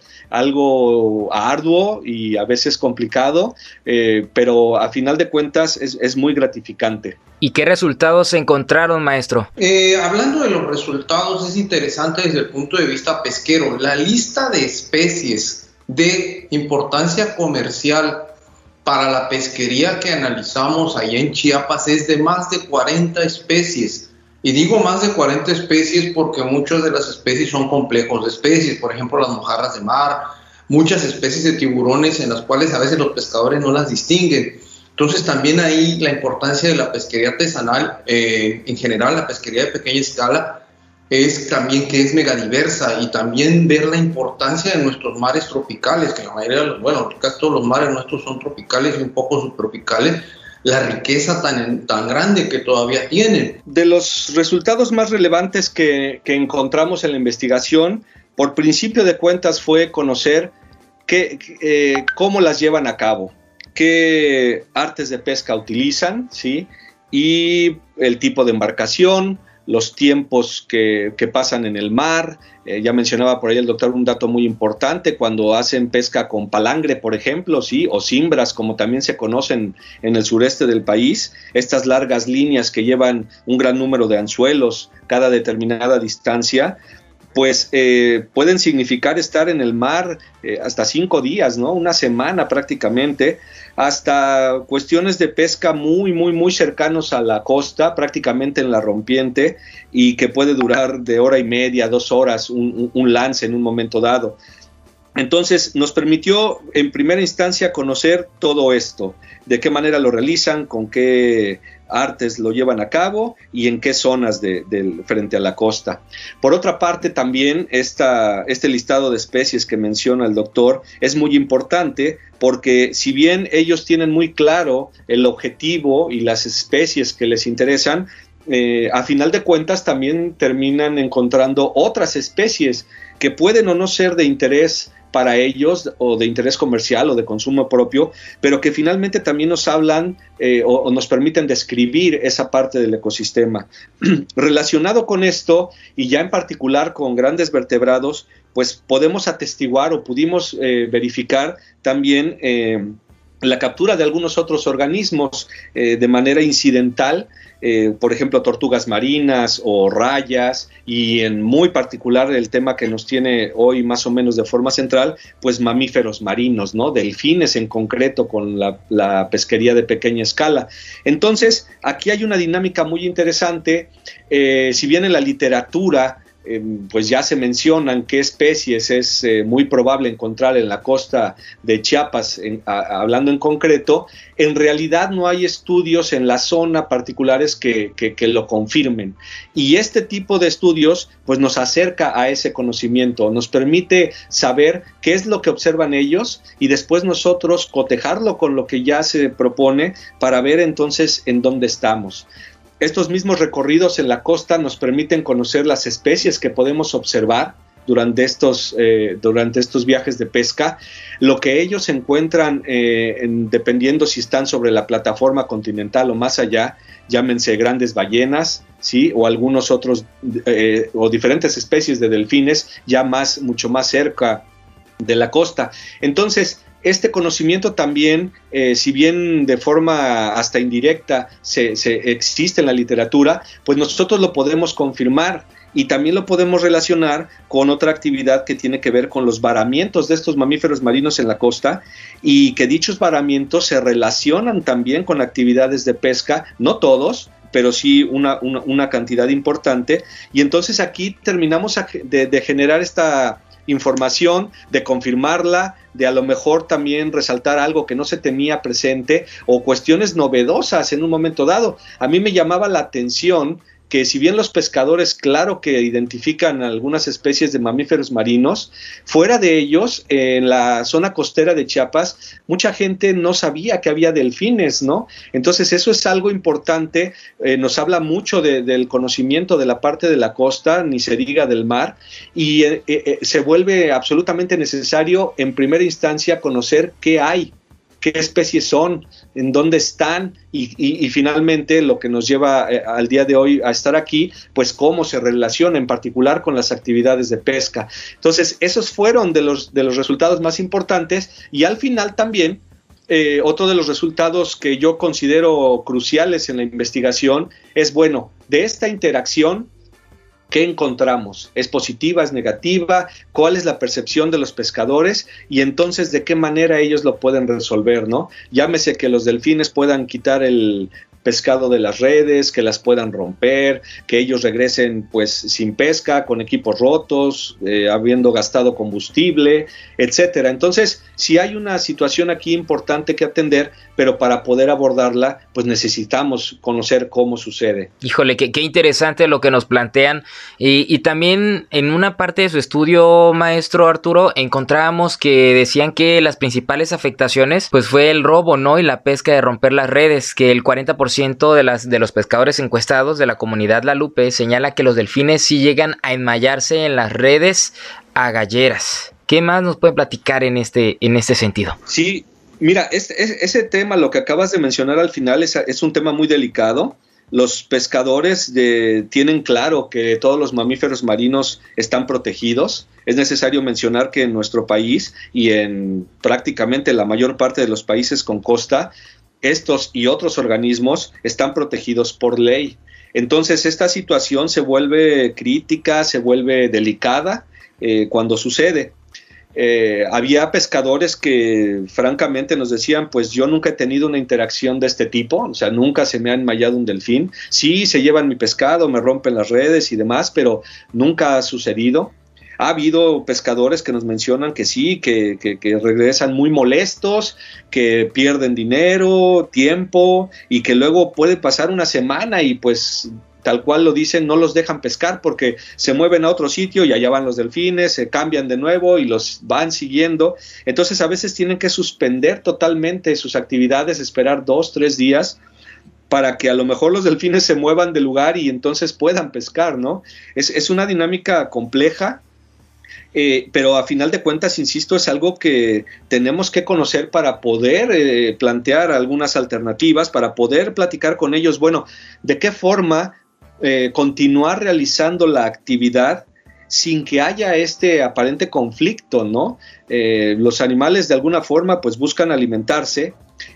algo arduo y a veces complicado, eh, pero a final de cuentas es, es muy gratificante. ¿Y qué resultados encontraron, maestro? Eh, hablando de los resultados, es interesante desde el punto de vista pesquero. La lista de especies de importancia comercial para la pesquería que analizamos allá en Chiapas es de más de cuarenta especies. Y digo más de cuarenta especies porque muchas de las especies son complejos de especies, por ejemplo las mojarras de mar, muchas especies de tiburones en las cuales a veces los pescadores no las distinguen. Entonces también ahí la importancia de la pesquería artesanal, eh, en general la pesquería de pequeña escala, es también que es megadiversa y también ver la importancia de nuestros mares tropicales, que la mayoría de los, bueno, casi todos los mares nuestros son tropicales y un poco subtropicales, la riqueza tan, tan grande que todavía tienen. De los resultados más relevantes que, que encontramos en la investigación, por principio de cuentas fue conocer qué, eh, cómo las llevan a cabo, qué artes de pesca utilizan, ¿sí? Y el tipo de embarcación, los tiempos que, que pasan en el mar. Eh, ya mencionaba por ahí el doctor un dato muy importante, cuando hacen pesca con palangre, por ejemplo, ¿sí? O cimbras, como también se conocen en el sureste del país, estas largas líneas que llevan un gran número de anzuelos cada determinada distancia, pues eh, pueden significar estar en el mar eh, hasta cinco días, ¿no? Una semana prácticamente, hasta cuestiones de pesca muy, muy, muy cercanos a la costa, prácticamente en la rompiente, y que puede durar de hora y media, dos horas, un, un lance en un momento dado. Entonces nos permitió en primera instancia conocer todo esto, de qué manera lo realizan, con qué artes lo llevan a cabo y en qué zonas de, de, frente a la costa. Por otra parte, también esta, este listado de especies que menciona el doctor es muy importante porque si bien ellos tienen muy claro el objetivo y las especies que les interesan, eh, a final de cuentas también terminan encontrando otras especies que pueden o no ser de interés para ellos o de interés comercial o de consumo propio, pero que finalmente también nos hablan eh, o, o nos permiten describir esa parte del ecosistema. Relacionado con esto, y ya en particular con grandes vertebrados, pues podemos atestiguar o pudimos eh, verificar también eh, la captura de algunos otros organismos eh, de manera incidental, eh, por ejemplo, tortugas marinas o rayas, y en muy particular el tema que nos tiene hoy más o menos de forma central, pues mamíferos marinos, ¿no? Delfines en concreto con la, la pesquería de pequeña escala. Entonces, aquí hay una dinámica muy interesante, eh, si bien en la literatura Eh, pues ya se mencionan qué especies es eh, muy probable encontrar en la costa de Chiapas, en, a, hablando en concreto, en realidad no hay estudios en la zona particulares que, que, que lo confirmen, y este tipo de estudios pues nos acerca a ese conocimiento, nos permite saber qué es lo que observan ellos y después nosotros cotejarlo con lo que ya se propone para ver entonces en dónde estamos. Estos mismos recorridos en la costa nos permiten conocer las especies que podemos observar durante estos, eh, durante estos viajes de pesca, lo que ellos encuentran, eh, en, dependiendo si están sobre la plataforma continental o más allá, llámense grandes ballenas, ¿sí? O algunos otros, eh, o diferentes especies de delfines, ya más, mucho más cerca de la costa. Entonces, este conocimiento también, eh, si bien de forma hasta indirecta se, se existe en la literatura, pues nosotros lo podemos confirmar y también lo podemos relacionar con otra actividad que tiene que ver con los varamientos de estos mamíferos marinos en la costa, y que dichos varamientos se relacionan también con actividades de pesca, no todos, pero sí una, una, una cantidad importante, y entonces aquí terminamos de, de generar esta información, de confirmarla, de a lo mejor también resaltar algo que no se tenía presente o cuestiones novedosas en un momento dado. A mí me llamaba la atención que si bien los pescadores, claro que identifican algunas especies de mamíferos marinos, fuera de ellos, en la zona costera de Chiapas, mucha gente no sabía que había delfines, ¿no? Entonces eso es algo importante, eh, nos habla mucho de, del conocimiento de la parte de la costa, ni se diga del mar, y eh, eh, se vuelve absolutamente necesario en primera instancia conocer qué hay, qué especies son, en dónde están, y, y, y finalmente lo que nos lleva eh, al día de hoy a estar aquí, pues cómo se relaciona en particular con las actividades de pesca. Entonces, esos fueron de los, de los resultados más importantes, y al final también, eh, otro de los resultados que yo considero cruciales en la investigación es, bueno, de esta interacción, ¿qué encontramos? ¿Es positiva? ¿Es negativa? ¿Cuál es la percepción de los pescadores? Y entonces, ¿de qué manera ellos lo pueden resolver, ¿no? Llámese que los delfines puedan quitar el pescado de las redes, que las puedan romper, que ellos regresen pues sin pesca, con equipos rotos, eh, habiendo gastado combustible, etcétera. Entonces, sí hay una situación aquí importante que atender, pero para poder abordarla, pues necesitamos conocer cómo sucede. Híjole, qué, qué interesante lo que nos plantean. Y, y también en una parte de su estudio, maestro Arturo, encontrábamos que decían que las principales afectaciones pues fue el robo, ¿no? Y la pesca de romper las redes, que el cuarenta por ciento de, las, de los pescadores encuestados de la comunidad La Lupe señala que los delfines sí llegan a enmayarse en las redes agalleras. ¿Qué más nos puede platicar en este, en este sentido? Sí, mira, este, ese tema, lo que acabas de mencionar al final, es, es un tema muy delicado. Los pescadores de, tienen claro que todos los mamíferos marinos están protegidos. Es necesario mencionar que en nuestro país y en prácticamente la mayor parte de los países con costa, estos y otros organismos están protegidos por ley. Entonces esta situación se vuelve crítica, se vuelve delicada eh, cuando sucede. Eh, había pescadores que francamente nos decían, pues yo nunca he tenido una interacción de este tipo, o sea, nunca se me ha enmayado un delfín. Sí, se llevan mi pescado, me rompen las redes y demás, pero nunca ha sucedido. Ha habido pescadores que nos mencionan que sí, que, que, que regresan muy molestos, que pierden dinero, tiempo, y que luego puede pasar una semana y pues tal cual lo dicen, no los dejan pescar porque se mueven a otro sitio y allá van los delfines, se cambian de nuevo y los van siguiendo. Entonces a veces tienen que suspender totalmente sus actividades, esperar dos, tres días para que a lo mejor los delfines se muevan de lugar y entonces puedan pescar, ¿no? Es, es una dinámica compleja. Eh, pero a final de cuentas, insisto, es algo que tenemos que conocer para poder eh, plantear algunas alternativas, para poder platicar con ellos, bueno, de qué forma eh, continuar realizando la actividad sin que haya este aparente conflicto, ¿no? Eh, los animales de alguna forma pues buscan alimentarse,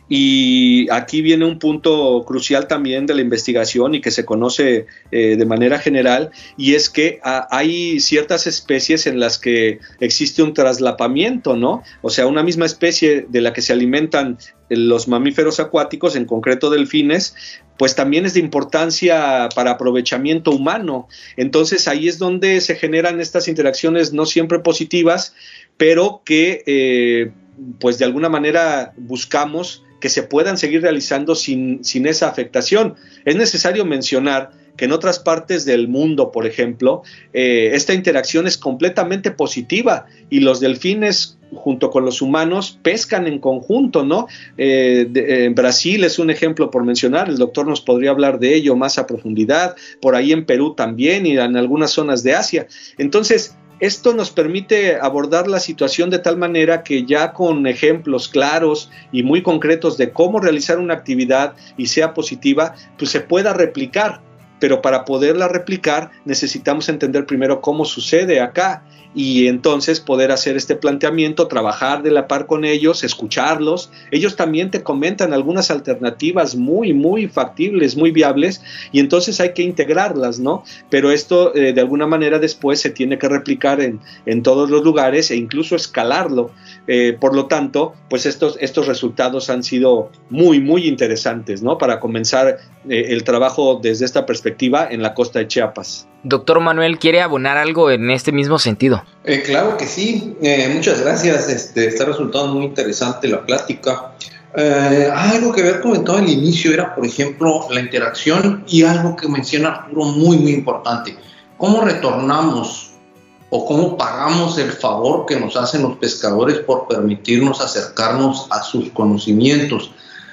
y aquí viene un punto crucial también de la investigación y que se conoce eh, de manera general, y es que a, hay ciertas especies en las que existe un traslapamiento, ¿no? O sea, una misma especie de la que se alimentan los mamíferos acuáticos, en concreto delfines, pues también es de importancia para aprovechamiento humano. Entonces ahí es donde se generan estas interacciones no siempre positivas, pero que eh, pues de alguna manera buscamos que se puedan seguir realizando sin, sin esa afectación. Es necesario mencionar que en otras partes del mundo, por ejemplo, eh, esta interacción es completamente positiva, y los delfines junto con los humanos pescan en conjunto, ¿no? Eh, de, en Brasil es un ejemplo por mencionar, el doctor nos podría hablar de ello más a profundidad, por ahí en Perú también y en algunas zonas de Asia. Entonces, esto nos permite abordar la situación de tal manera que ya con ejemplos claros y muy concretos de cómo realizar una actividad y sea positiva, pues se pueda replicar. Pero para poderla replicar necesitamos entender primero cómo sucede acá, y entonces poder hacer este planteamiento, trabajar de la par con ellos, escucharlos. Ellos también te comentan algunas alternativas muy, muy factibles, muy viables, y entonces hay que integrarlas, ¿no? Pero esto eh, de alguna manera después se tiene que replicar en, en todos los lugares e incluso escalarlo. Eh, por lo tanto, pues estos, estos resultados han sido muy, muy interesantes, ¿no? Para comenzar eh, el trabajo desde esta perspectiva en la costa de Chiapas. Doctor Manuel, ¿quiere abonar algo en este mismo sentido? Eh, claro que sí, eh, muchas gracias, este, está resultando muy interesante la plática. Eh, algo que había comentado al inicio era, por ejemplo, la interacción, y algo que menciona Arturo muy, muy importante. ¿Cómo retornamos o cómo pagamos el favor que nos hacen los pescadores por permitirnos acercarnos a sus conocimientos?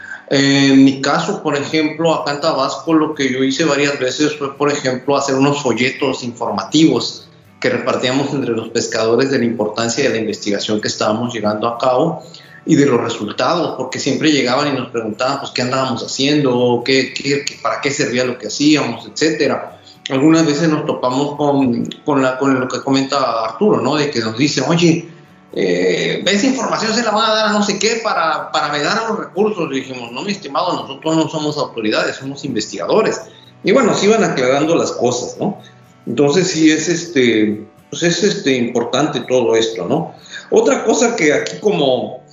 En mi caso, por ejemplo, acá en Tabasco, lo que yo hice varias veces fue, por ejemplo, hacer unos folletos informativos que repartíamos entre los pescadores de la importancia de la investigación que estábamos llevando a cabo y de los resultados, porque siempre llegaban y nos preguntaban pues qué andábamos haciendo, qué, qué, qué, para qué servía lo que hacíamos, etcétera. Algunas veces nos topamos con, con, la, con lo que comenta Arturo, ¿no? De que nos dice, oye, Eh, esa información se la van a dar a no sé qué para, para vedar a los recursos. Y dijimos, no, mi estimado, nosotros no somos autoridades, somos investigadores. Y bueno, se iban aclarando las cosas, ¿no? Entonces sí es, este, pues es este, importante todo esto, ¿no? Otra cosa que aquí como,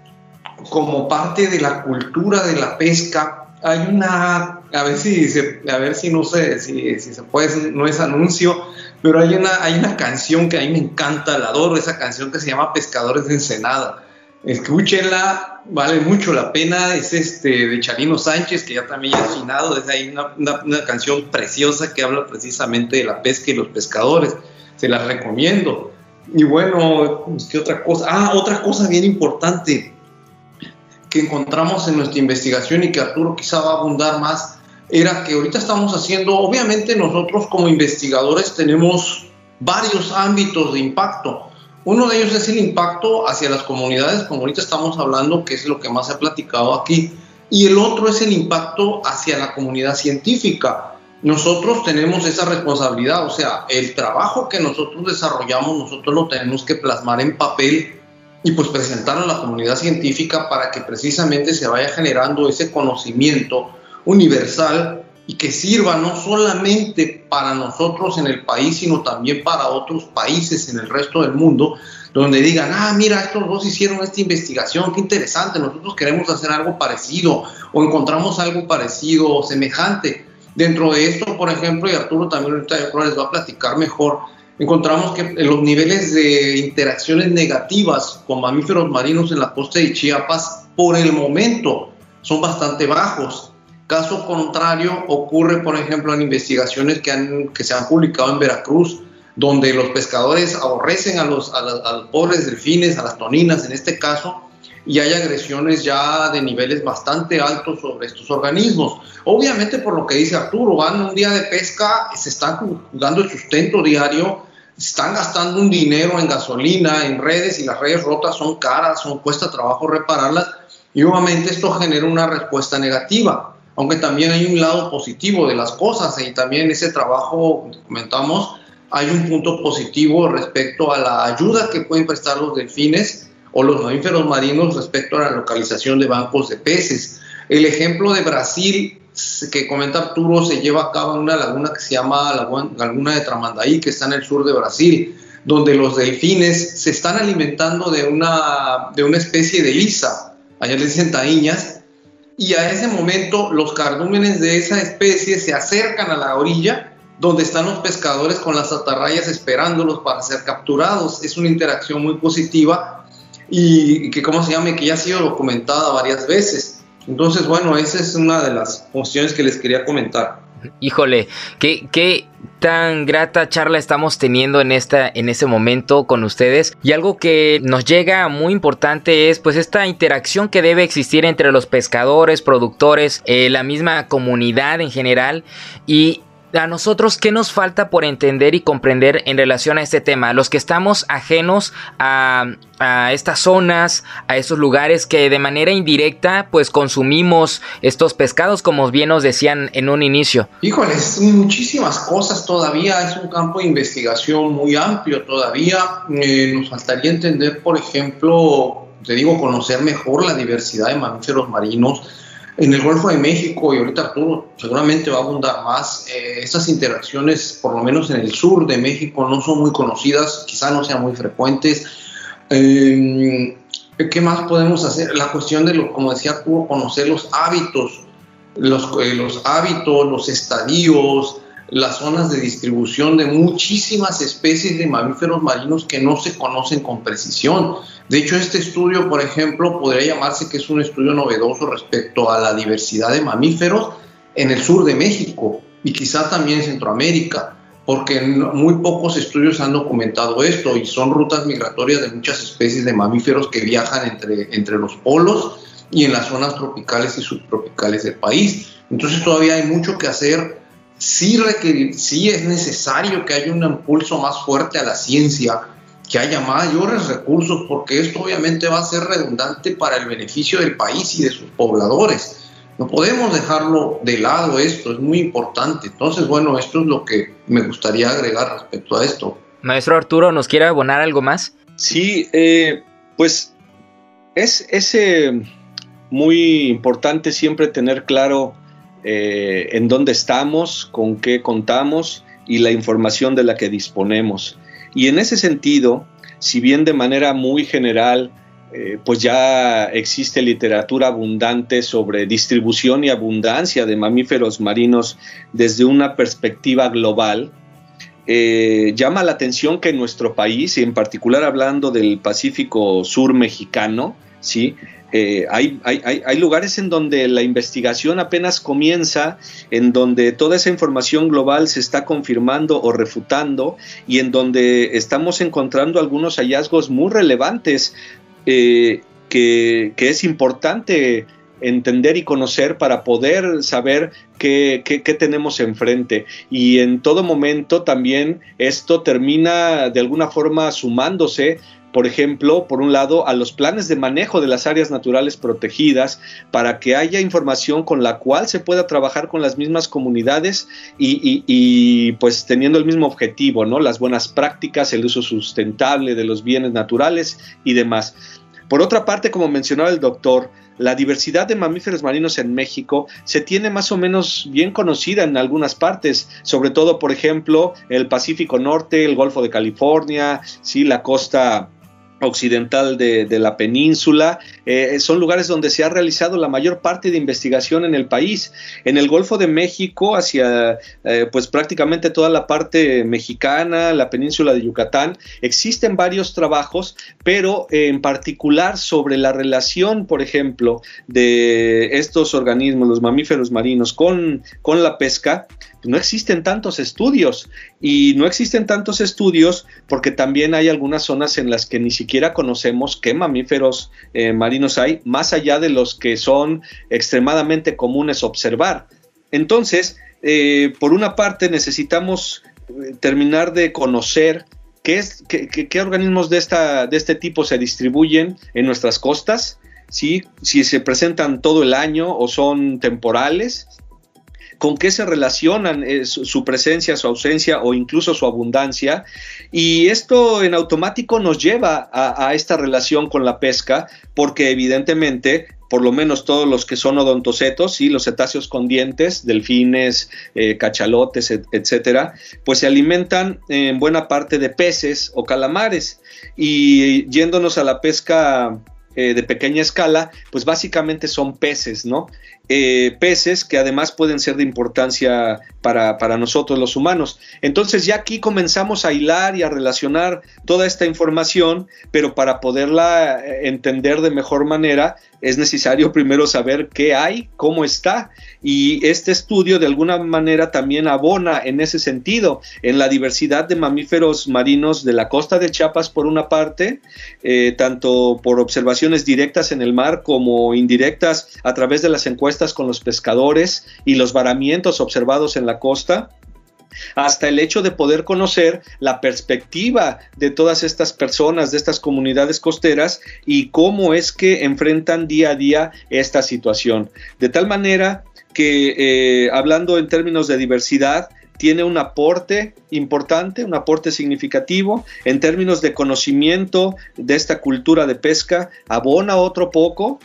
como parte de la cultura de la pesca, hay una, a ver si, se, a ver si no sé, si, si se puede, no es anuncio, pero hay una, hay una canción que a mí me encanta, la adoro, esa canción que se llama Pescadores de Ensenada. Escúchenla, vale mucho la pena, es este de Chalino Sánchez, que ya también ya es finado, es ahí una, una, una canción preciosa que habla precisamente de la pesca y los pescadores, se la recomiendo. Y bueno, ¿qué otra cosa? Ah, otra cosa bien importante que encontramos en nuestra investigación y que Arturo quizá va a abundar más, era que ahorita estamos haciendo, obviamente nosotros como investigadores tenemos varios ámbitos de impacto. Uno de ellos es el impacto hacia las comunidades, como ahorita estamos hablando, que es lo que más se ha platicado aquí, y el otro es el impacto hacia la comunidad científica. Nosotros tenemos esa responsabilidad, o sea, el trabajo que nosotros desarrollamos, nosotros lo tenemos que plasmar en papel y pues presentarlo a la comunidad científica para que precisamente se vaya generando ese conocimiento universal y que sirva no solamente para nosotros en el país, sino también para otros países en el resto del mundo, donde digan, ah, mira, estos dos hicieron esta investigación, qué interesante, nosotros queremos hacer algo parecido, o encontramos algo parecido o semejante. Dentro de esto, por ejemplo, y Arturo también ahorita yo creo les va a platicar mejor, encontramos que los niveles de interacciones negativas con mamíferos marinos en la costa de Chiapas, por el momento, son bastante bajos. Caso contrario ocurre, por ejemplo, en investigaciones que, han, que se han publicado en Veracruz, donde los pescadores aborrecen a los, a, la, a los pobres delfines, a las toninas en este caso, y hay agresiones ya de niveles bastante altos sobre estos organismos. Obviamente, por lo que dice Arturo, van un día de pesca, se están jugando el sustento diario, están gastando un dinero en gasolina, en redes, y las redes rotas son caras, son, cuesta trabajo repararlas, y obviamente esto genera una respuesta negativa, aunque también hay un lado positivo de las cosas, y también ese trabajo, comentamos, hay un punto positivo respecto a la ayuda que pueden prestar los delfines o los mamíferos marinos respecto a la localización de bancos de peces. El ejemplo de Brasil que comenta Arturo se lleva a cabo en una laguna que se llama Laguna de Tramandaí, que está en el sur de Brasil, donde los delfines se están alimentando de una, de una especie de lisa, allá le dicen taíñas, y a ese momento los cardúmenes de esa especie se acercan a la orilla donde están los pescadores con las atarrayas esperándolos para ser capturados. Es una interacción muy positiva y, y que, ¿cómo se llama? Que ya ha sido documentada varias veces. Entonces, bueno, esa es una de las cuestiones que les quería comentar. Híjole, qué, qué tan grata charla estamos teniendo en esta, en este momento con ustedes. Y algo que nos llega muy importante es pues esta interacción que debe existir entre los pescadores, productores, eh, la misma comunidad en general. Y a nosotros, ¿qué nos falta por entender y comprender en relación a este tema? Los que estamos ajenos a, a estas zonas, a estos lugares que de manera indirecta pues consumimos estos pescados, como bien nos decían en un inicio. Híjoles, muchísimas cosas todavía, es un campo de investigación muy amplio todavía. Eh, nos faltaría entender, por ejemplo, te digo, conocer mejor la diversidad de mamíferos marinos. En el Golfo de México, y ahorita Arturo seguramente va a abundar más, eh, estas interacciones, por lo menos en el sur de México, no son muy conocidas, quizá no sean muy frecuentes. Eh, ¿Qué más podemos hacer? La cuestión de, lo, como decía Arturo, conocer los hábitos, los, eh, los hábitos, los estadios, las zonas de distribución de muchísimas especies de mamíferos marinos que no se conocen con precisión. De hecho, este estudio, por ejemplo, podría llamarse que es un estudio novedoso respecto a la diversidad de mamíferos en el sur de México y quizá también en Centroamérica, porque muy pocos estudios han documentado esto y son rutas migratorias de muchas especies de mamíferos que viajan entre, entre los polos y en las zonas tropicales y subtropicales del país. Entonces todavía hay mucho que hacer. Sí, requerir, sí es necesario que haya un impulso más fuerte a la ciencia, que haya mayores recursos, porque esto obviamente va a ser redundante para el beneficio del país y de sus pobladores. No podemos dejarlo de lado, esto es muy importante. Entonces, bueno, esto es lo que me gustaría agregar respecto a esto. Maestro Arturo, ¿nos quiere abonar algo más? Sí, eh, pues es, es eh, muy importante siempre tener claro eh, en dónde estamos, con qué contamos y la información de la que disponemos. Y en ese sentido, si bien de manera muy general, eh, pues ya existe literatura abundante sobre distribución y abundancia de mamíferos marinos desde una perspectiva global, eh, llama la atención que en nuestro país, y en particular hablando del Pacífico Sur mexicano, ¿sí? Eh, hay, hay, hay lugares en donde la investigación apenas comienza, en donde toda esa información global se está confirmando o refutando y en donde estamos encontrando algunos hallazgos muy relevantes eh, que, que es importante entender y conocer para poder saber qué, qué, qué tenemos enfrente. Y en todo momento también esto termina de alguna forma sumándose, por ejemplo, por un lado, a los planes de manejo de las áreas naturales protegidas para que haya información con la cual se pueda trabajar con las mismas comunidades y, y, y pues teniendo el mismo objetivo, ¿no? Las buenas prácticas, el uso sustentable de los bienes naturales y demás. Por otra parte, como mencionaba el doctor, la diversidad de mamíferos marinos en México se tiene más o menos bien conocida en algunas partes, sobre todo, por ejemplo, el Pacífico Norte, el Golfo de California, sí, la costa occidental de, de la península, eh, son lugares donde se ha realizado la mayor parte de investigación en el país. En el Golfo de México, hacia eh, pues prácticamente toda la parte mexicana, la península de Yucatán, existen varios trabajos, pero eh, en particular sobre la relación, por ejemplo, de estos organismos, los mamíferos marinos, con, con la pesca. No existen tantos estudios y no existen tantos estudios porque también hay algunas zonas en las que ni siquiera conocemos qué mamíferos eh, marinos hay, más allá de los que son extremadamente comunes observar. Entonces, eh, por una parte necesitamos terminar de conocer ¿qué, es, qué, qué, qué organismos de, esta, de este tipo se distribuyen en nuestras costas? ¿Sí? Si se presentan todo el año o son temporales. ¿Con qué se relacionan eh, su, su presencia, su ausencia o incluso su abundancia? Y esto en automático nos lleva a, a esta relación con la pesca, porque evidentemente, por lo menos todos los que son odontocetos, ¿sí? Los cetáceos con dientes, delfines, eh, cachalotes, et, etcétera, pues se alimentan en buena parte de peces o calamares. Y yéndonos a la pesca eh, de pequeña escala, pues básicamente son peces, ¿no? Eh, peces que además pueden ser de importancia para, para nosotros los humanos. Entonces ya aquí comenzamos a hilar y a relacionar toda esta información, pero para poderla entender de mejor manera es necesario primero saber qué hay, cómo está, y este estudio de alguna manera también abona en ese sentido, en la diversidad de mamíferos marinos de la costa de Chiapas por una parte, eh, tanto por observaciones directas en el mar como indirectas a través de las encuestas con los pescadores y los varamientos observados en la costa, hasta el hecho de poder conocer la perspectiva de todas estas personas, de estas comunidades costeras y cómo es que enfrentan día a día esta situación. De tal manera que, eh, hablando en términos de diversidad, tiene un aporte importante, un aporte significativo en términos de conocimiento de esta cultura de pesca, abona otro poco,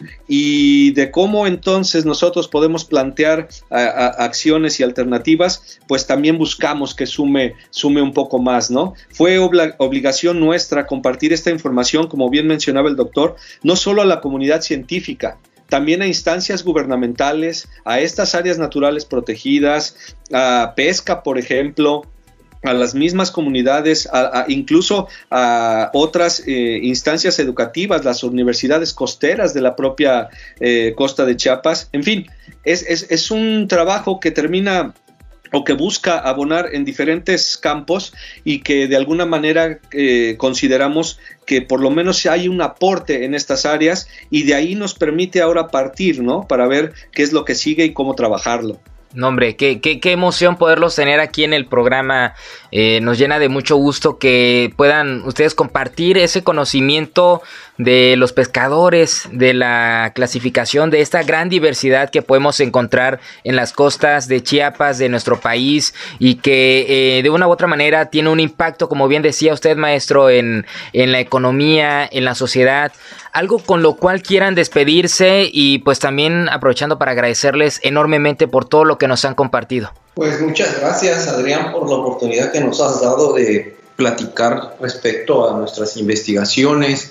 y de cómo entonces nosotros podemos plantear a, a, acciones y alternativas, pues también buscamos que sume, sume un poco más, ¿no? Fue obla, obligación nuestra compartir esta información, como bien mencionaba el doctor, no solo a la comunidad científica, también a instancias gubernamentales, a estas áreas naturales protegidas, a pesca, por ejemplo, a las mismas comunidades, a, a incluso a otras eh, instancias educativas, las universidades costeras de la propia eh, costa de Chiapas. En fin, es, es, es un trabajo que termina o que busca abonar en diferentes campos y que de alguna manera eh, consideramos que por lo menos hay un aporte en estas áreas, y de ahí nos permite ahora partir, ¿no? Para ver qué es lo que sigue y cómo trabajarlo. No, hombre, qué, qué, qué emoción poderlos tener aquí en el programa. Eh, nos llena de mucho gusto que puedan ustedes compartir ese conocimiento de los pescadores, de la clasificación, de esta gran diversidad que podemos encontrar en las costas de Chiapas, de nuestro país, y que eh, de una u otra manera tiene un impacto, como bien decía usted, maestro, en, en la economía, en la sociedad. Algo con lo cual quieran despedirse, y pues también aprovechando para agradecerles enormemente por todo lo que nos han compartido. Pues muchas gracias, Adrián, por la oportunidad que nos has dado de platicar respecto a nuestras investigaciones.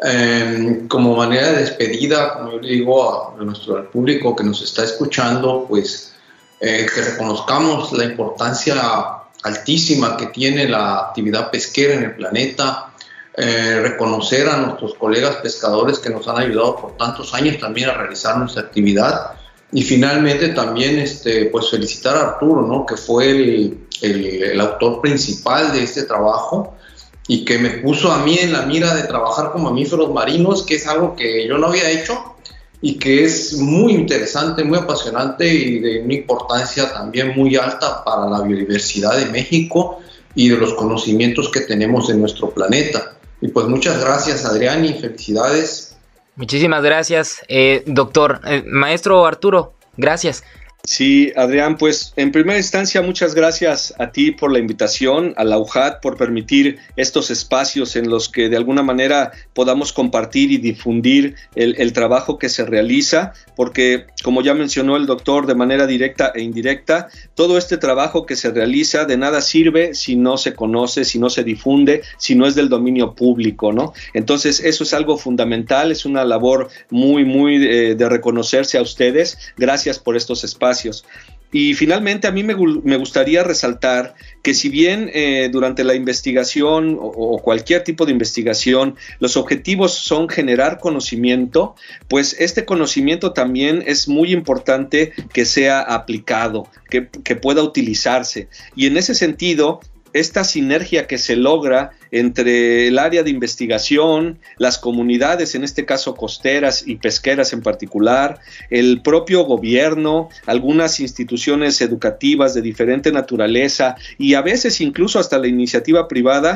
Eh, como manera de despedida, como yo le digo a, a nuestro al público que nos está escuchando, pues eh, que reconozcamos la importancia altísima que tiene la actividad pesquera en el planeta. Eh, reconocer a nuestros colegas pescadores que nos han ayudado por tantos años también a realizar nuestra actividad, y finalmente también este, pues felicitar a Arturo, ¿no? Que fue el, el, el autor principal de este trabajo y que me puso a mí en la mira de trabajar con mamíferos marinos, que es algo que yo no había hecho y que es muy interesante, muy apasionante y de una importancia también muy alta para la biodiversidad de México y de los conocimientos que tenemos de nuestro planeta. Y pues muchas gracias, Adrián, y felicidades. Muchísimas gracias, eh, doctor. Eh, maestro Arturo, gracias. Sí, Adrián, pues en primera instancia muchas gracias a ti por la invitación, a la U J A T por permitir estos espacios en los que de alguna manera podamos compartir y difundir el, el trabajo que se realiza, porque como ya mencionó el doctor, de manera directa e indirecta, todo este trabajo que se realiza de nada sirve si no se conoce, si no se difunde, si no es del dominio público, ¿no? Entonces eso es algo fundamental, es una labor muy, muy eh, de reconocerse a ustedes. Gracias por estos espacios. Y finalmente a mí me, me gustaría resaltar que si bien eh, durante la investigación o, o cualquier tipo de investigación los objetivos son generar conocimiento, pues este conocimiento también es muy importante que sea aplicado, que, que pueda utilizarse. Y en ese sentido, esta sinergia que se logra entre el área de investigación, las comunidades, en este caso costeras y pesqueras en particular, el propio gobierno, algunas instituciones educativas de diferente naturaleza y a veces incluso hasta la iniciativa privada,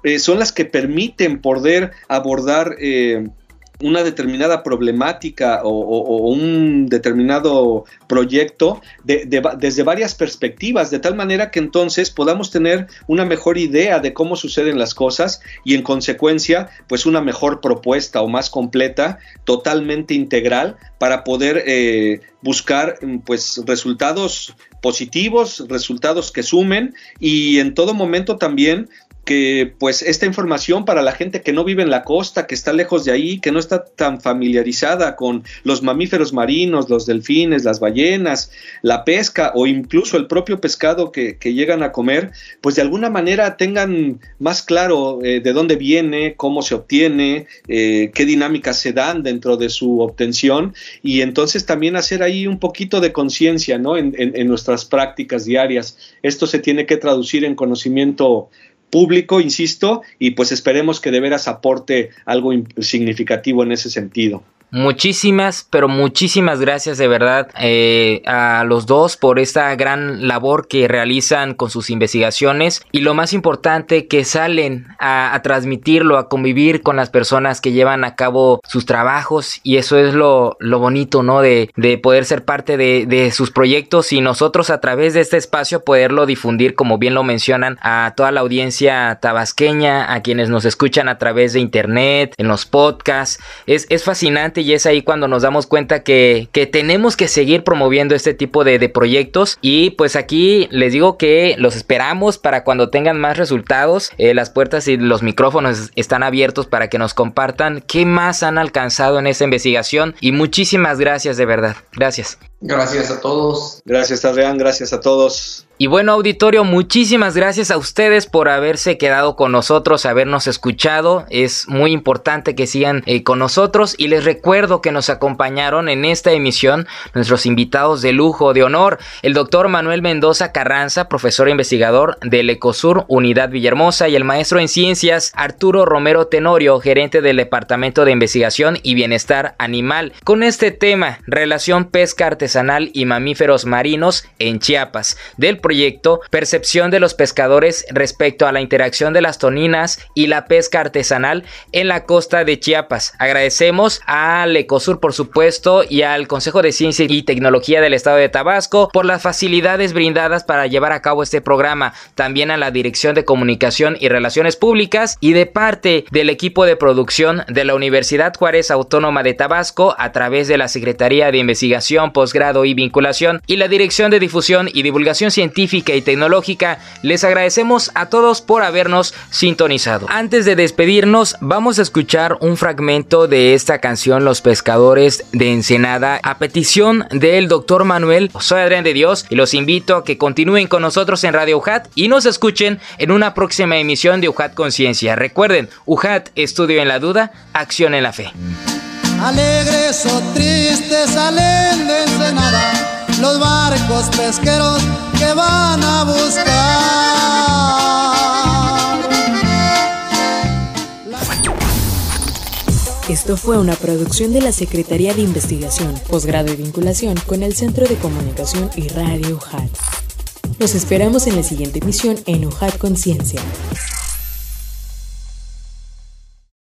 eh, son las que permiten poder abordar eh, una determinada problemática o, o, o un determinado proyecto de, de, desde varias perspectivas, de tal manera que entonces podamos tener una mejor idea de cómo suceden las cosas y en consecuencia pues una mejor propuesta o más completa, totalmente integral, para poder eh, buscar pues resultados positivos, resultados que sumen, y en todo momento también que pues esta información para la gente que no vive en la costa, que está lejos de ahí, que no está tan familiarizada con los mamíferos marinos, los delfines, las ballenas, la pesca o incluso el propio pescado que, que llegan a comer, pues de alguna manera tengan más claro eh, de dónde viene, cómo se obtiene, eh, qué dinámicas se dan dentro de su obtención, y entonces también hacer ahí un poquito de conciencia, ¿no? en, en, en nuestras prácticas diarias. Esto se tiene que traducir en conocimiento público, insisto, y pues esperemos que de veras aporte algo significativo en ese sentido. Muchísimas, pero muchísimas gracias de verdad eh, a los dos por esta gran labor que realizan con sus investigaciones, y lo más importante, que salen a, a transmitirlo, a convivir con las personas que llevan a cabo sus trabajos, y eso es lo, lo bonito, ¿no? De, de poder ser parte de, de sus proyectos, y nosotros a través de este espacio poderlo difundir, como bien lo mencionan, a toda la audiencia tabasqueña, a quienes nos escuchan a través de internet, en los podcasts. Es, es fascinante, y es ahí cuando nos damos cuenta que, que tenemos que seguir promoviendo este tipo de, de proyectos, y pues aquí les digo que los esperamos para cuando tengan más resultados. Eh, las puertas y los micrófonos están abiertos para que nos compartan qué más han alcanzado en esta investigación, y muchísimas gracias de verdad. Gracias. Gracias a todos. Gracias, Adrián, gracias a todos. Y bueno, auditorio, muchísimas gracias a ustedes por haberse quedado con nosotros, habernos escuchado. Es muy importante que sigan eh, con nosotros, y les recuerdo que nos acompañaron en esta emisión nuestros invitados de lujo, de honor, el doctor Manuel Mendoza Carranza, profesor e investigador del Ecosur Unidad Villahermosa, y el maestro en ciencias Arturo Romero Tenorio, gerente del Departamento de Investigación y Bienestar Animal, con este tema, relación pesca artesanal y mamíferos marinos en Chiapas, del proyecto Percepción de los pescadores respecto a la interacción de las toninas y la pesca artesanal en la costa de Chiapas. Agradecemos al Ecosur, por supuesto, y al Consejo de Ciencia y Tecnología del Estado de Tabasco por las facilidades brindadas para llevar a cabo este programa. También a la Dirección de Comunicación y Relaciones Públicas, y de parte del equipo de producción de la Universidad Juárez Autónoma de Tabasco, a través de la Secretaría de Investigación, Posgrado y Vinculación y la Dirección de Difusión y Divulgación Científica y Tecnológica, les agradecemos a todos por habernos sintonizado. Antes de despedirnos, vamos a escuchar un fragmento de esta canción Los Pescadores de Ensenada, a petición del doctor Manuel. Soy Adrián de Dios y los invito a que continúen con nosotros en Radio U J A T y nos escuchen en una próxima emisión de U J A T Conciencia. Recuerden, U J A T, estudio en la duda, acción en la fe. Alegres o tristes salen de Ensenada los barcos pesqueros que van a buscar. Esto fue una producción de la Secretaría de Investigación, Posgrado y Vinculación con el Centro de Comunicación y Radio U J A T. Los esperamos en la siguiente emisión en U J A T Conciencia.